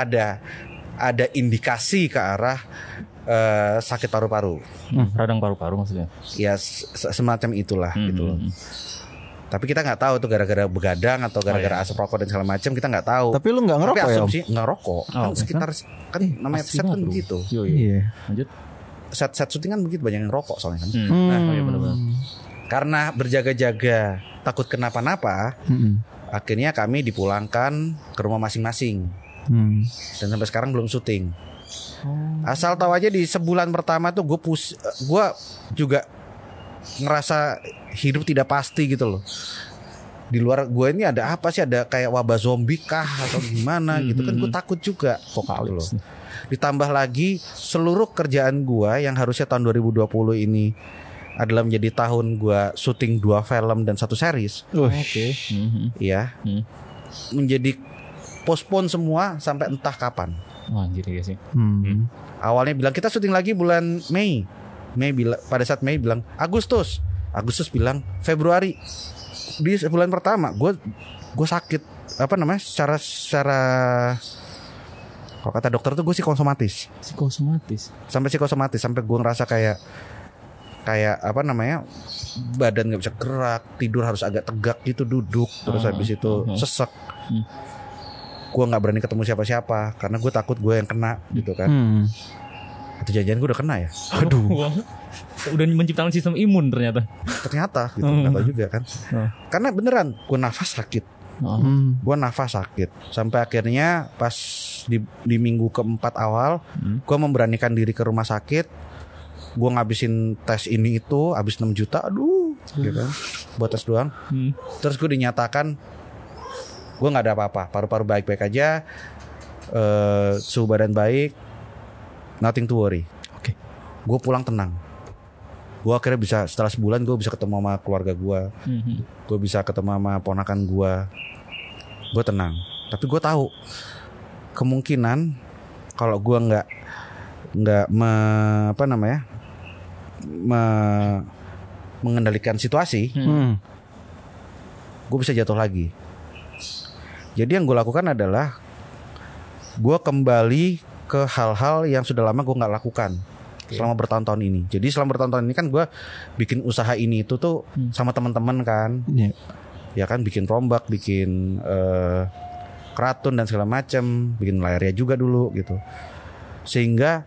ada indikasi ke arah sakit paru-paru. Radang paru-paru maksudnya. Ya semacam itulah gitu loh. Tapi kita nggak tahu tuh gara-gara begadang atau gara-gara asap rokok dan segala macam, kita nggak tahu. Tapi lu nggak ngerokok ya? Tapi asumsi nggak rokok. Kan sekitar kan namanya set kan begitu. Iya. Lanjut. Set syuting kan begitu, banyak yang rokok soalnya kan. Nah, benar-benar. Karena berjaga-jaga takut kenapa-napa, akhirnya kami dipulangkan ke rumah masing-masing. Dan sampai sekarang belum syuting. Asal tahu aja di sebulan pertama tuh gue juga ngerasa hidup tidak pasti gitu loh. Di luar gue ini ada apa sih, ada kayak wabah zombie kah atau gimana gitu kan, gue takut juga Vokalips. Ditambah lagi seluruh kerjaan gue yang harusnya tahun 2020 ini adalah menjadi tahun gue syuting 2 film dan 1 series. Oke. Ya. Menjadi postpone semua sampai entah kapan. Anjir ya sih. Awalnya bilang kita syuting lagi bulan Mei bilang, pada saat Mei bilang Agustus bilang Februari. Di bulan pertama gue sakit secara kalau kata dokter tuh gue psikosomatis sampai gue ngerasa kayak badan nggak bisa gerak, tidur harus agak tegak gitu, duduk terus habis itu sesek. Gue nggak berani ketemu siapa-siapa karena gue takut gue yang kena gitu kan. Atau jangan-jangan gue udah kena ya? Aduh. Udah menciptakan sistem imun ternyata gitu, nggak tahu juga kan. Karena beneran gue nafas sakit. Sampai akhirnya pas di minggu keempat awal, gue memberanikan diri ke rumah sakit. Gue ngabisin tes ini itu, habis 6 juta. Aduh, gitu kan, buat tes doang. Terus gue dinyatakan gue nggak ada apa-apa, paru-paru baik-baik aja, suhu badan baik, nothing to worry. Oke. Gue pulang tenang. Gue akhirnya bisa, setelah sebulan gue bisa ketemu sama keluarga gue, gue bisa ketemu sama ponakan gue tenang. Tapi gue tahu kemungkinan kalau gue nggak mengendalikan situasi, gue bisa jatuh lagi. Jadi yang gue lakukan adalah gue kembali ke hal-hal yang sudah lama gue nggak lakukan selama bertahun-tahun ini. Jadi selama bertahun-tahun ini kan gue bikin usaha ini itu tuh sama teman-teman kan, ya kan, bikin rombak, bikin keratun dan segala macam, bikin layarnya juga dulu gitu. Sehingga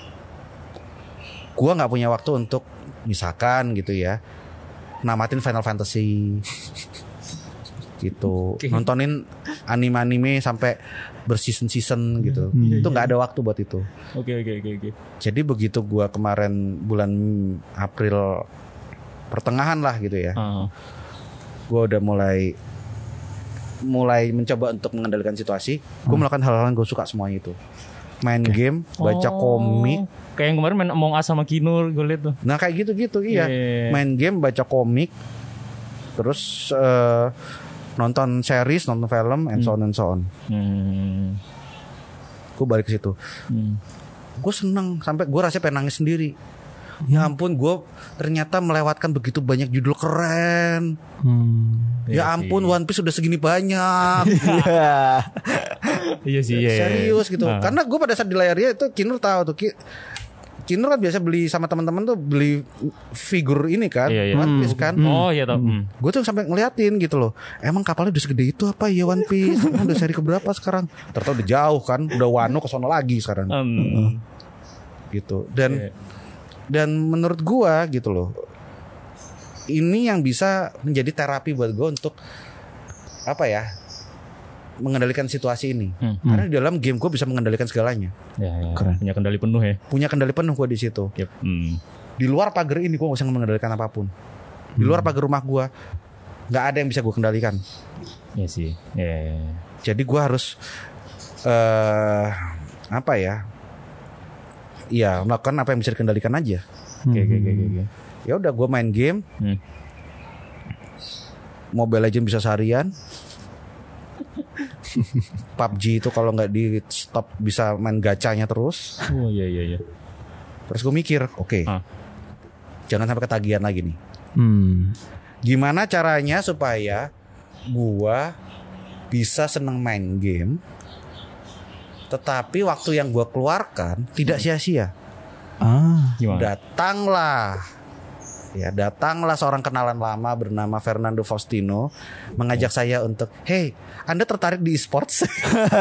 gue nggak punya waktu untuk misalkan gitu ya, namatin Final Fantasy gitu, nontonin anime sampai berseason-season gitu. Itu nggak ada waktu buat itu. Oke. Jadi begitu gue kemarin bulan April pertengahan lah gitu ya, gue udah mulai mencoba untuk mengendalikan situasi. Gue melakukan hal-hal yang gue suka semuanya itu. Main game, baca komik. Kayak yang kemarin main Among Us sama Kinur, gue liat tuh. Nah kayak gitu-gitu iya. Main game, baca komik, terus nonton series, nonton film, and so on. Gue balik ke situ. Gue seneng sampai gue rasanya pengen nangis sendiri. Ya ampun, gue ternyata melewatkan begitu banyak judul keren. Ya ampun, One Piece udah segini banyak. Iya sih. Serius gitu. Karena gue pada saat di layarnya itu Kinur tahu tuh. Kinur kan biasa beli sama teman-teman tuh beli figur ini kan, One Piece kan. Oh iya tau. Gue tuh sampai ngeliatin gitu loh. Emang kapalnya udah segede itu apa ya One Piece? Emang udah seri keberapa sekarang? Ternyata udah jauh kan, udah Wano ke sono lagi sekarang. Gitu. Dan menurut gue gitu loh, ini yang bisa menjadi terapi buat gue untuk apa ya, mengendalikan situasi ini. Karena di dalam game gue bisa mengendalikan segalanya. Ya. Punya kendali penuh ya. Punya kendali penuh gue di situ. Yep. Di luar pagar ini gue gak bisa mengendalikan apapun. Di luar pagar rumah gue gak ada yang bisa gue kendalikan. Iya sih. Yeah. Jadi gue harus apa ya? Iya, melakukan apa yang bisa dikendalikan aja. Oke. Ya udah, gue main game. Mobile Legends bisa seharian. PUBG itu kalau nggak di stop bisa main gacanya terus. Oh iya. Terus gue mikir, oke, jangan sampai ketagihan lagi nih. Gimana caranya supaya gue bisa seneng main game, tetapi waktu yang gue keluarkan tidak sia-sia. Gimana? Datanglah seorang kenalan lama bernama Fernando Faustino mengajak saya untuk, hey, Anda tertarik di e-sports?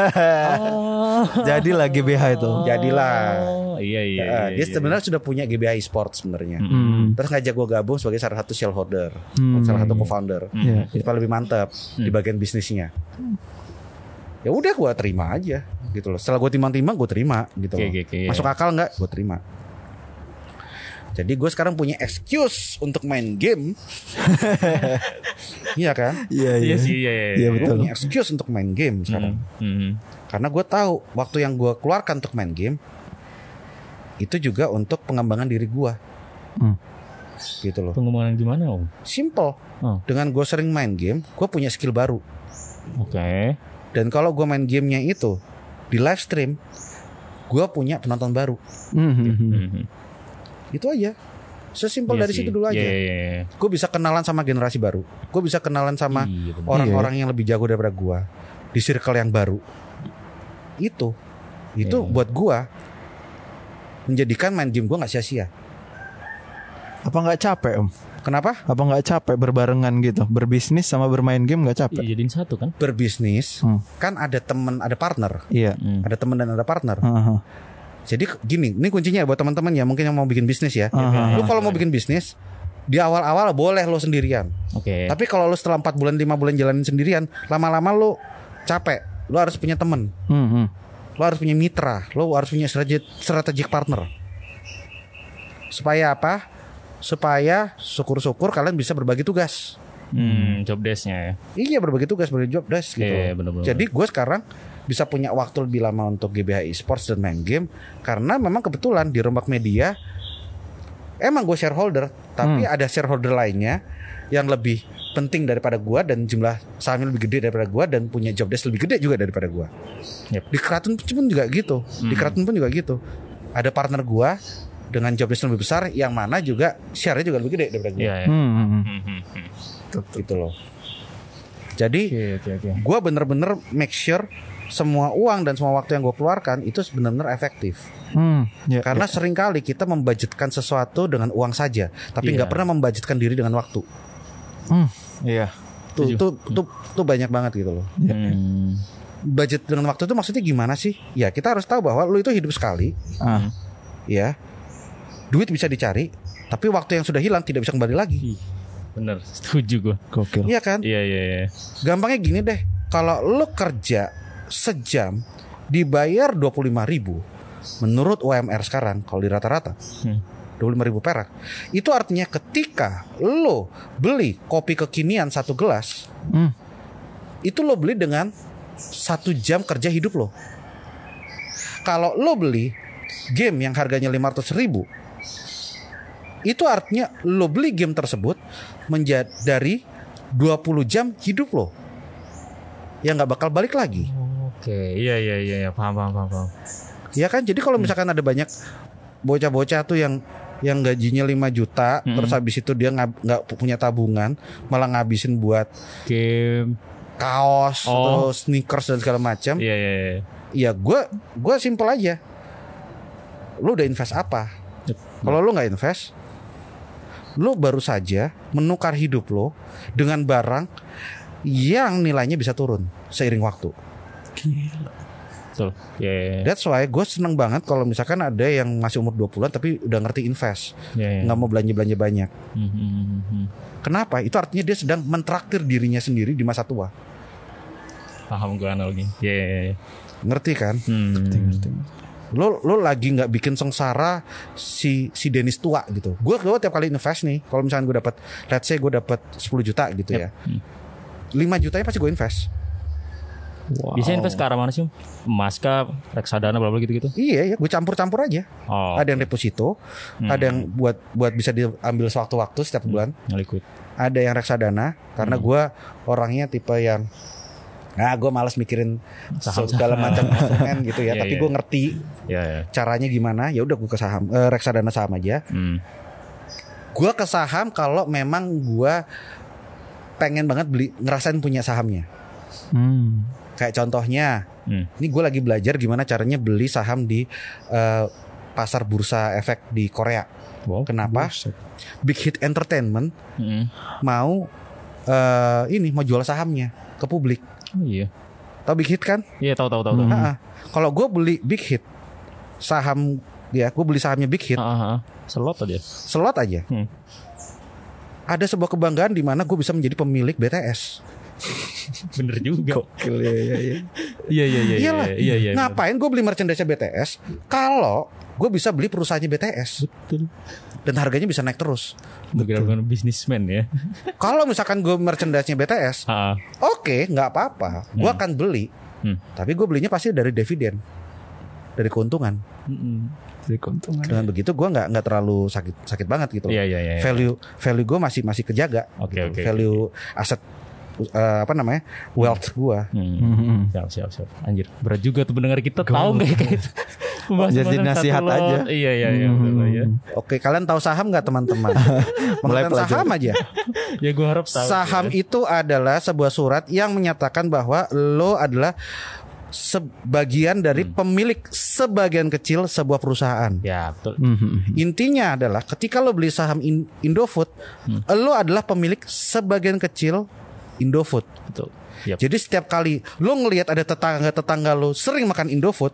Jadilah GBH itu. Jadilah. Iya. Dia sebenarnya sudah punya GBH e-sports sebenarnya. Terus ngajak gue gabung sebagai salah satu shareholder, salah satu co-founder. Supaya lebih mantap di bagian bisnisnya. Ya udah, gue terima aja gitu loh. Setelah gue timbang-timbang, gue terima gitu loh. Masuk akal nggak? Gue terima. Jadi gue sekarang punya excuse untuk main game. Iya kan? Iya sih. Iya betul. Gue punya excuse untuk main game sekarang. Karena gue tahu waktu yang gue keluarkan untuk main game itu juga untuk pengembangan diri gue. Gitu loh. Pengembangan gimana Om? Simple. Dengan gue sering main game, gue punya skill baru. Oke. Dan kalau gue main gamenya itu di live stream, gue punya penonton baru. Itu aja. Sesimpel dari situ dulu aja. Gue bisa kenalan sama generasi baru. Gue bisa kenalan sama orang-orang yang lebih jago daripada gue di circle yang baru. Itu buat gue menjadikan main game gue nggak sia-sia. Apa nggak capek Om? Kenapa? Apa nggak capek berbarengan gitu? Berbisnis sama bermain game nggak capek? Jadiin satu kan? Berbisnis kan ada teman, ada partner. Iya. Ada teman dan ada partner. Jadi gini, ini kuncinya buat teman-teman ya mungkin yang mau bikin bisnis ya. Lu kalau mau bikin bisnis di awal-awal boleh lo sendirian. Oke. Tapi kalau lu setelah 4 bulan 5 bulan jalanin sendirian, lama-lama lu capek. Lu harus punya teman. Lu harus punya mitra. Lu harus punya strategic partner. Supaya apa? supaya syukur-syukur kalian bisa berbagi tugas. Job desk-nya ya. Iya, berbagi tugas, berbagi job desk gitu. Iya, bener-bener. Jadi gue sekarang bisa punya waktu lebih lama untuk GBH Esports dan main game karena memang kebetulan di Rombak Media emang gue shareholder, tapi ada shareholder lainnya yang lebih penting daripada gue dan jumlah sahamnya lebih gede daripada gue dan punya job desk lebih gede juga daripada gue. Yep. Di Kraton pun juga gitu. Di Kraton pun juga gitu. Ada partner gue dengan job desk lebih besar yang mana juga share-nya juga lebih gede daripada gue. Iya, ya. Gitu loh. Jadi Oke. gue bener-bener make sure semua uang dan semua waktu yang gue keluarkan itu benar-benar efektif. Ya, Karena seringkali kita membudgetkan sesuatu dengan uang saja, tapi nggak pernah membudgetkan diri dengan waktu. Iya. Tuh banyak banget gitu loh. Budget dengan waktu itu maksudnya gimana sih? Ya kita harus tahu bahwa lu itu hidup sekali. Ya, duit bisa dicari, tapi waktu yang sudah hilang tidak bisa kembali lagi. Bener, setuju gue. Gokil. Iya kan? Iya. Gampangnya gini deh, kalau lu kerja sejam dibayar 25.000 menurut UMR sekarang kalau di rata-rata 25.000 perak. Itu artinya ketika lo beli kopi kekinian 1 gelas, itu lo beli dengan 1 jam kerja hidup lo. Kalau lo beli game yang harganya 500.000, itu artinya lo beli game tersebut menjadi dari 20 jam hidup lo yang nggak bakal balik lagi. Oke, iya, paham. Ya kan, jadi kalau misalkan ada banyak bocah-bocah tuh yang gajinya 5 juta, terus habis itu dia nggak punya tabungan, malah ngabisin buat game, kaos, atau sneakers dan segala macam. Iya. Ya gue simple aja. Lu udah invest apa? Kalau lu nggak invest, lu baru saja menukar hidup lo dengan barang yang nilainya bisa turun seiring waktu. Betul. Yeah. That's why gue seneng banget kalau misalkan ada yang masih umur 20-an tapi udah ngerti invest, nggak mau belanja banyak. Kenapa? Itu artinya dia sedang mentraktir dirinya sendiri di masa tua. Paham gue analogi. Yeah. Ngerti kan? Ngerti. Lo lagi nggak bikin sengsara si Dennis tua gitu. Gue tiap kali invest nih, kalau misalkan gue dapat, let's say gue dapat 10 juta gitu ya, 5 jutanya pasti gue invest. Wow. Bisa invest ke arah mana sih? Emas kah, reksadana, bla bla gitu-gitu? Iya, gue campur-campur aja. Ada yang deposito, ada yang buat bisa diambil sewaktu-waktu setiap bulan. Liquid. Ada yang reksadana, karena gue orangnya tipe yang gue malas mikirin segala macam instrumen gitu ya. Tapi gue ngerti caranya gimana. Ya udah gue ke saham, reksadana saham aja. Gue ke saham kalau memang gue pengen banget ngerasain punya sahamnya. Kayak contohnya, ini gue lagi belajar gimana caranya beli saham di pasar bursa efek di Korea. Wow, kenapa? buset. Big Hit Entertainment mau jual sahamnya ke publik. Oh iya. Tahu Big Hit kan? Iya, tahu. Kalau gue beli Big Hit saham, ya gue beli sahamnya Big Hit. Slot aja. Ada sebuah kebanggaan di mana gue bisa menjadi pemilik BTS. Bener juga. Gokil ya. Iya. Ngapain gue beli merchandise BTS kalau gue bisa beli perusahaannya BTS? Betul. Dan harganya bisa naik terus. Bukan bisnismen ya. Kalau misalkan gue merchandise-nya BTS, oke, nggak apa-apa, gue akan beli. Tapi gue belinya pasti dari dividen, dari keuntungan. Dari keuntungan. Dengan begitu gue nggak terlalu sakit banget gitu. Iya. Value gue masih kejaga. Oke. Value aset wealth gue. Siap. Anjir, berat juga tuh mendengar kita. Tahu nggak kayak itu? Jadi nasihat aja. Iya. Betul ya. Oke, kalian tahu saham nggak teman-teman? Mulai saham aja. Ya gue harap tahu. Saham itu adalah sebuah surat yang menyatakan bahwa lo adalah sebagian dari pemilik sebagian kecil sebuah perusahaan. Ya, betul. Intinya adalah ketika lo beli saham Indofood, lo adalah pemilik sebagian kecil Indofood. Betul. Yep. Jadi setiap kali lo ngelihat ada tetangga lo sering makan Indofood,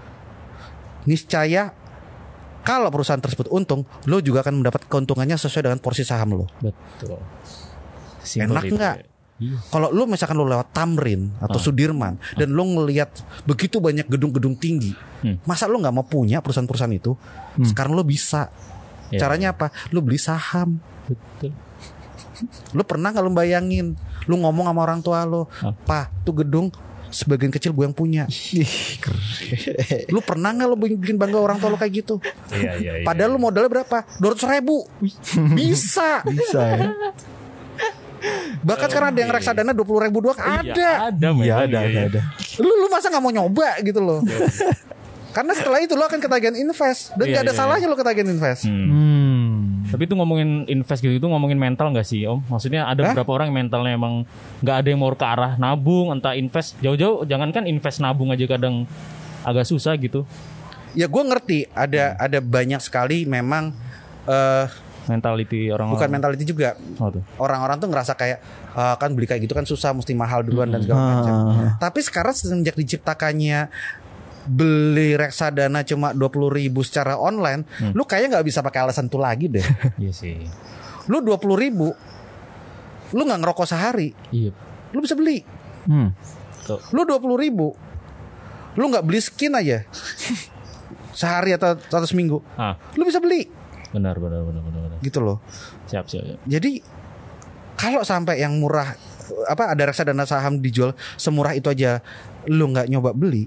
niscaya kalau perusahaan tersebut untung, lo juga akan mendapat keuntungannya sesuai dengan porsi saham lo. Betul. Enak nggak? Iya. Kalau lo misalkan lo lewat Tamrin atau Sudirman dan lo ngelihat begitu banyak gedung-gedung tinggi, masa lo nggak mau punya perusahaan-perusahaan itu? Sekarang lo bisa. Caranya apa? Lu beli saham. Betul. Lu pernah nggak lu bayangin? Lu ngomong sama orang tua lu, "Pa, tuh gedung sebagian kecil gue yang punya." Lu pernah nggak lu bikin bangga orang tua lu kayak gitu? Iya. Padahal lu modalnya berapa? 200.000. Bisa. Bisa ya. Bahkan sekarang ada yang reksadana 20.000 doang. Ada. Iya ada. Lu masa nggak mau nyoba gitu loh? Karena setelah itu lo akan ketagihan invest dan nggak ada salahnya lo ketagihan invest. Tapi itu ngomongin invest gitu itu ngomongin mental nggak sih Om? Maksudnya ada beberapa orang yang mentalnya emang nggak ada yang mau ke arah nabung, entah invest jauh-jauh. Jangankan invest nabung aja kadang agak susah gitu. Ya gue ngerti ada banyak sekali memang Mentality orang-orang. bukan mentality juga. Orang-orang tuh ngerasa kayak kan beli kayak gitu kan susah, mesti mahal duluan dan segala macam. Tapi sekarang semenjak diciptakannya beli reksadana cuma 20.000 secara online, lu kayaknya nggak bisa pakai alasan itu lagi deh. Iya sih. Lu 20.000, lu nggak ngerokok sehari, Iya. lu bisa beli. Lu 20.000, lu nggak beli skin aja sehari atau seminggu, lu bisa beli. Benar. Gitu loh. Siap. Jadi kalau sampai yang murah ada reksadana saham dijual semurah itu aja lu nggak nyoba beli,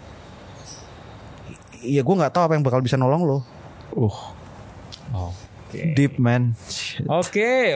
ya gue nggak tahu apa yang bakal bisa nolong lo. Deep man. Oke.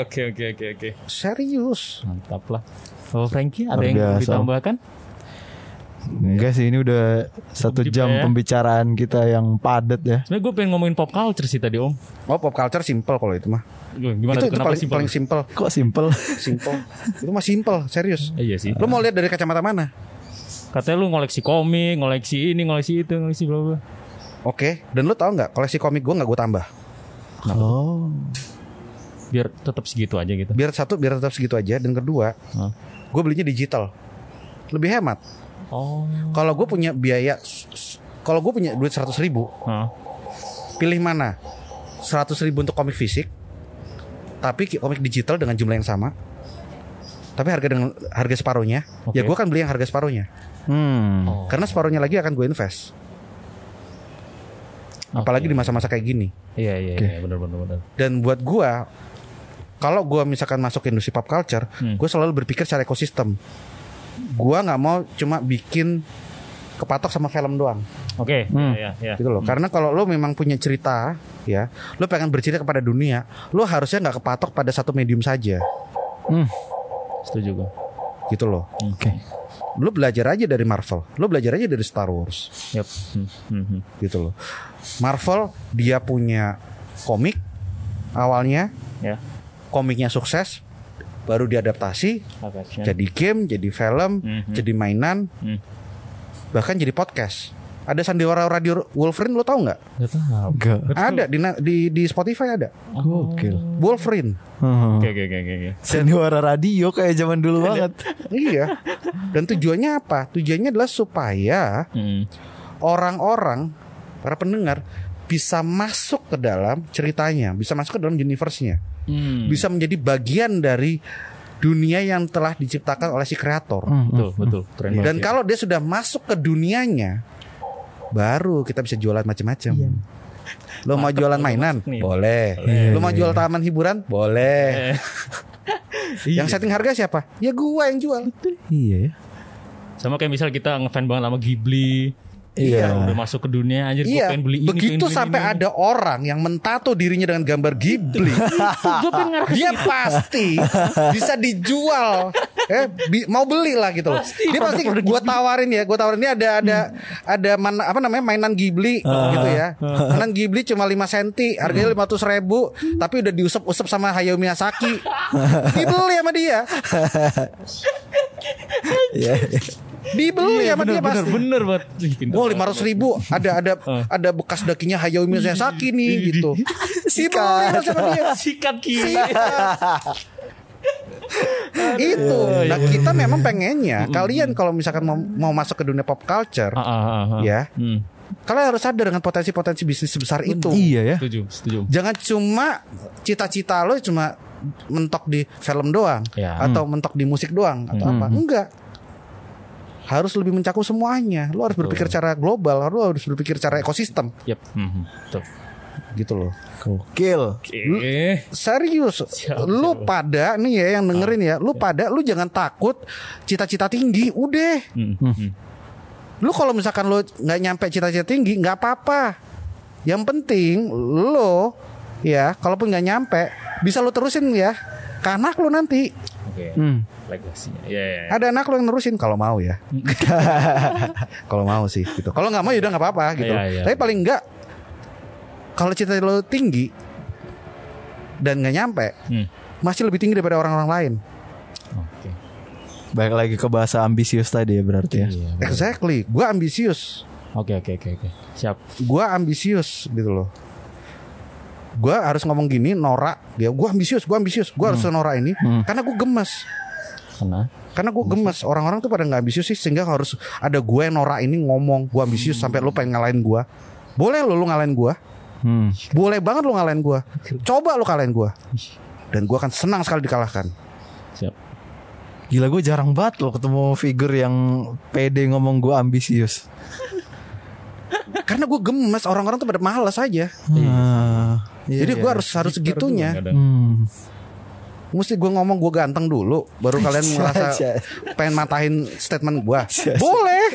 Serius. Mantap lah. Oh Frankie ada Luar yang biasa. ditambahkan? Enggak sih, ini udah 1 jam ya. pembicaraan kita yang padat ya. Sebenarnya gue pengen ngomongin pop culture sih tadi Om. Oh, pop culture simple kalau itu mah. Gimana Itu kenapa paling simple. Kok simple? Itu mah simple, serius. Iya sih. Lo mau lihat dari kacamata mana? Katanya lu ngoleksi komik, ngoleksi ini, ngoleksi itu, ngoleksi bla bla. Oke, dan lo tau nggak koleksi komik gue nggak gue tambah. Oh. Biar tetap segitu aja gitu. Biar tetap segitu aja. Dan kedua, gue belinya digital, lebih hemat. Kalau gue punya biaya, kalau gue punya duit 100.000, pilih mana? 100.000 untuk komik fisik, tapi komik digital dengan jumlah yang sama, tapi harga separuhnya. Ya gue akan beli yang harga separuhnya. Karena separuhnya lagi akan gue invest. Apalagi di masa-masa kayak gini. Iya, benar. Dan buat gue, kalau gue misalkan masuk ke industri pop culture, gue selalu berpikir secara ekosistem. Gue nggak mau cuma bikin kepatok sama film doang. Oke. Iya. Gitu loh. Karena kalau lo memang punya cerita, ya, lo pengen bercerita kepada dunia, lo harusnya nggak kepatok pada satu medium saja. Setuju gue. Gitu loh. Oke. Lo belajar aja dari Marvel, lo belajar aja dari Star Wars. Yep. Gitu loh. Marvel dia punya komik awalnya, Ya. komiknya sukses, baru diadaptasi jadi game, jadi film, jadi mainan, bahkan jadi podcast. Ada sandiwara radio Wolverine, lo tau nggak? Gak tahu. Enggak. Ada di Spotify ada. Gokil. Wolverine. Oke. Sandiwara radio kayak zaman dulu banget. Iya. Dan tujuannya apa? Tujuannya adalah supaya orang-orang, para pendengar bisa masuk ke dalam ceritanya, bisa masuk ke dalam universe-nya, bisa menjadi bagian dari dunia yang telah diciptakan oleh si kreator. Betul. Keren banget. Dan kalau dia sudah masuk ke dunianya, baru kita bisa jualan macam-macam. Lo mau jualan mainan? Boleh. Lo mau jual taman hiburan? Boleh. Yang setting harga siapa? Ya gua yang jual. Iya ya. Sama kayak misal kita ngefan banget sama Ghibli. Iya. Udah masuk ke dunia anjir, Iya, pengen beli ini. begitu sampai ada orang yang mentato dirinya dengan gambar Ghibli, dia pasti bisa dijual. Mau beli lah gitu loh. Dia pasti gue tawarin ini ada mainan Ghibli gitu ya. Mainan Ghibli cuma 5 cm, harganya 500.000, tapi udah diusap-usap sama Hayao Miyazaki. Dibeli sama dia. Dibeli sama dia pasti. Bener banget. Oh, 500.000 ada bekas dakinya Hayao Miyazaki nih gitu. Dibeli sama dia. Sikat kiri. Itu. Nah, kita memang pengennya kalian kalau misalkan mau masuk ke dunia pop culture, ya, kalian harus sadar dengan potensi-potensi bisnis sebesar itu. Iya ya. Setuju. Jangan cuma cita-cita lo cuma mentok di film doang, atau mentok di musik doang atau apa. Enggak. Harus lebih mencakup semuanya. Lo harus berpikir secara global, lo harus berpikir secara ekosistem. Betul. gitu loh. Gokil. Oke. Serius, lu pada nih ya yang dengerin ya, lu jangan takut cita-cita tinggi, udah. Lu kalau misalkan lu nggak nyampe cita-cita tinggi, nggak apa-apa. Yang penting lu ya, kalaupun nggak nyampe, bisa lu terusin ya, ke anak lu nanti. Oke. Legasinya. Ya. Ada anak lu yang nerusin kalau mau ya. Kalau mau sih gitu. Kalau nggak mau ya udah nggak apa-apa gitu. Iya. Tapi paling nggak, kalau cita lu tinggi dan nggak nyampe, masih lebih tinggi daripada orang-orang lain. Oke. Balik lagi ke bahasa ambisius tadi ya berarti ya. Iya. Exactly, gue ambisius. Oke. Siap. Gue ambisius gitu loh. Gue harus ngomong gini, norak dia. Gue ambisius. Gue harus norak ini karena gue gemes. Karena gue gemes. Orang-orang tuh pada nggak ambisius sih, sehingga harus ada gue yang norak ini ngomong gue ambisius sampai lu pengen ngalahin gue. Boleh lu ngalahin gue. Boleh banget lu ngalahin gue. Coba lu kalahin gue. Dan gue akan senang sekali dikalahkan. Siap. Gila, gue jarang banget loh ketemu figur yang pede ngomong gue ambisius. Karena gue gemes, orang-orang tuh pada malas aja. Jadi gue harus segitunya. Mesti gue ngomong gue ganteng dulu, baru kalian merasa pengen matahin statement gue. Boleh.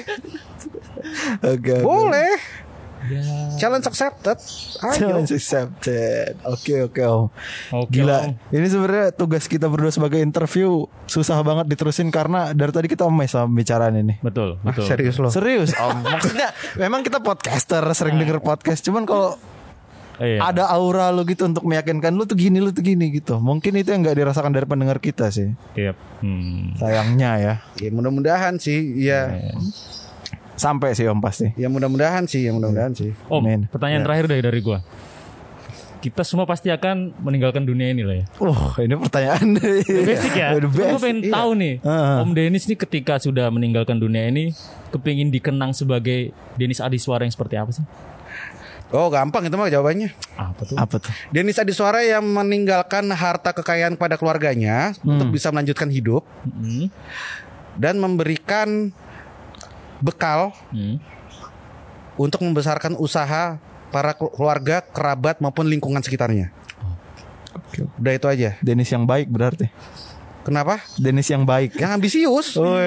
Boleh. Challenge accepted. Ayo. Challenge accepted. Oke Om. Oke, Gila. Om. Ini sebenarnya tugas kita berdua sebagai interview susah banget diterusin karena dari tadi kita mes sama bicaraan ini. Betul. Serius loh. Serius Om. Maksudnya memang kita podcaster, sering denger podcast. Cuman kalau ada aura lu gitu untuk meyakinkan lu tuh gini gitu. Mungkin itu yang gak dirasakan dari pendengar kita sih. Yep. Sayangnya ya. Ya mudah-mudahan sih. Ya. Sampai sih Om pasti. Ya mudah-mudahan sih. Om, Amin. pertanyaan terakhir dari gua. Kita semua pasti akan meninggalkan dunia ini lah ya. Ini pertanyaan Basic ya. The best. Gue pengen tahu nih, Om Dennis nih ketika sudah meninggalkan dunia ini, kepingin dikenang sebagai Dennis Adiswara yang seperti apa sih? Oh gampang itu mah jawabannya. Apa tuh? Dennis Adiswara yang meninggalkan harta kekayaan pada keluarganya untuk bisa melanjutkan hidup dan memberikan bekal untuk membesarkan usaha para keluarga, kerabat maupun lingkungan sekitarnya. Udah itu aja. Dennis yang baik berarti. Kenapa? Dennis yang baik. Yang ambisius.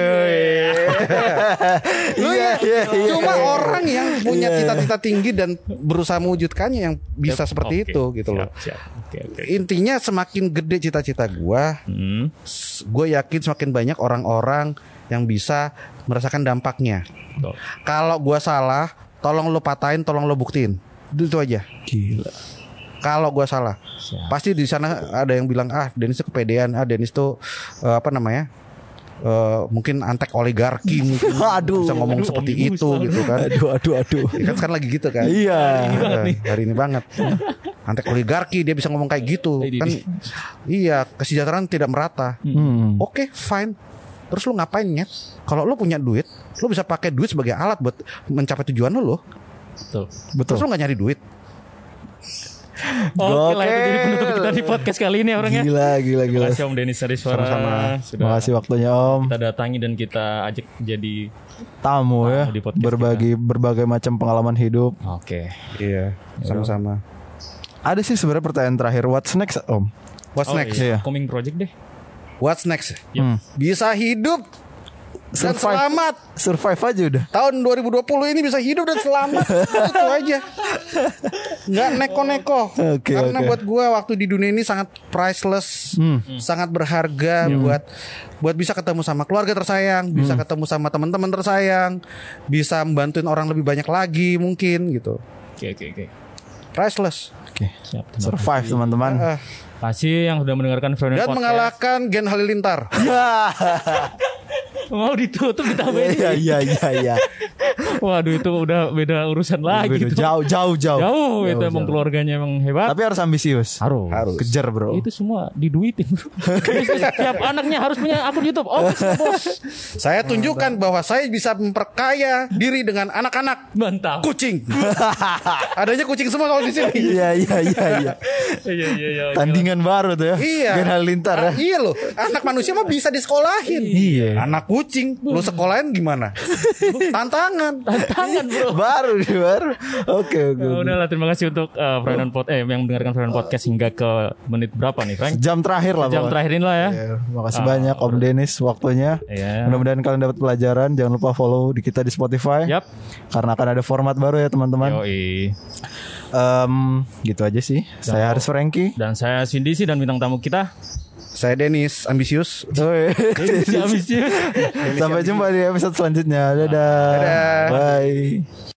Cuma orang yang punya cita-cita tinggi dan berusaha mewujudkannya yang bisa seperti itu gitu loh. Intinya semakin gede cita-cita gue yakin semakin banyak orang-orang yang bisa merasakan dampaknya. Kalau gue salah, tolong lo patahin, tolong lo buktiin. Itu aja. Gila. Kalau gue salah, pasti di sana ada yang bilang Dennis itu kepedean, Dennis itu mungkin antek oligarki, mungkin bisa ngomong seperti itu gitu kan. Aduh. Ya kan sekarang lagi gitu kan. Iya. Hari ini banget. Antek oligarki dia bisa ngomong kayak gitu kan. Iya, kesejahteraan tidak merata. Oke, fine. Terus lu ngapain nyet? Kalau lu punya duit, lu bisa pakai duit sebagai alat buat mencapai tujuan lu. Betul. Terus lu gak nyari duit. Oke lah, itu jadi penutup kita di podcast kali ini orangnya. Gila. Terima kasih Om Dennis Adiswara. Sama-sama. Terima kasih waktunya Om. Kita datangi dan kita ajak jadi tamu ya, di podcast berbagai macam pengalaman hidup. Oke. Iya, sama-sama. Ada sih sebenarnya pertanyaan terakhir. What's next Om? What's next? Iya. Coming project deh. What's next? Bisa hidup dan selamat. Survive aja udah. Tahun 2020 ini bisa hidup dan selamat. Itu aja. Nggak neko-neko. Karena buat gue waktu di dunia ini sangat priceless, sangat berharga buat bisa ketemu sama keluarga tersayang, bisa ketemu sama teman-teman tersayang, bisa membantuin orang lebih banyak lagi mungkin gitu. Oke. Priceless. Oke. Survive teman-teman. Kasih yang sudah mendengarkan Friendly Dan Podcast. mengalahkan Gen Halilintar. Mau ditutup ditambahin. Iya. Waduh, itu udah beda urusan lagi. Jauh. Jauh itu emang keluarganya emang hebat. Tapi harus ambisius. Harus. Kejar bro. Itu semua diduitin. Setiap anaknya harus punya akun YouTube. Bos. Saya tunjukkan bahwa saya bisa memperkaya diri dengan anak-anak. Mantap. Kucing. Adanya kucing semua kalau di sini. Iya. Tandingan baru tuh ya. Iya. Gen Halilintar ya. Iya loh. Anak manusia mah bisa disekolahin. Iya. Anak kucing, lu sekolahin gimana? Tantangan. Bro. baru. Oke. Ya, udahlah, terima kasih untuk yang mendengarkan Freedom Podcast hingga ke menit berapa nih, Frank? Jam terakhir lah. Jam terakhir ini lah ya. Makasih banyak Om Dennis waktunya. Mudah-mudahan kalian dapat pelajaran. Jangan lupa follow kita di Spotify. Karena akan ada format baru ya teman-teman. Gitu aja sih. Saya Haris Franky. Dan saya Cindy dan bintang tamu kita. Saya Dennis ambisius. Sampai jumpa di episode selanjutnya. Dadah. Bye.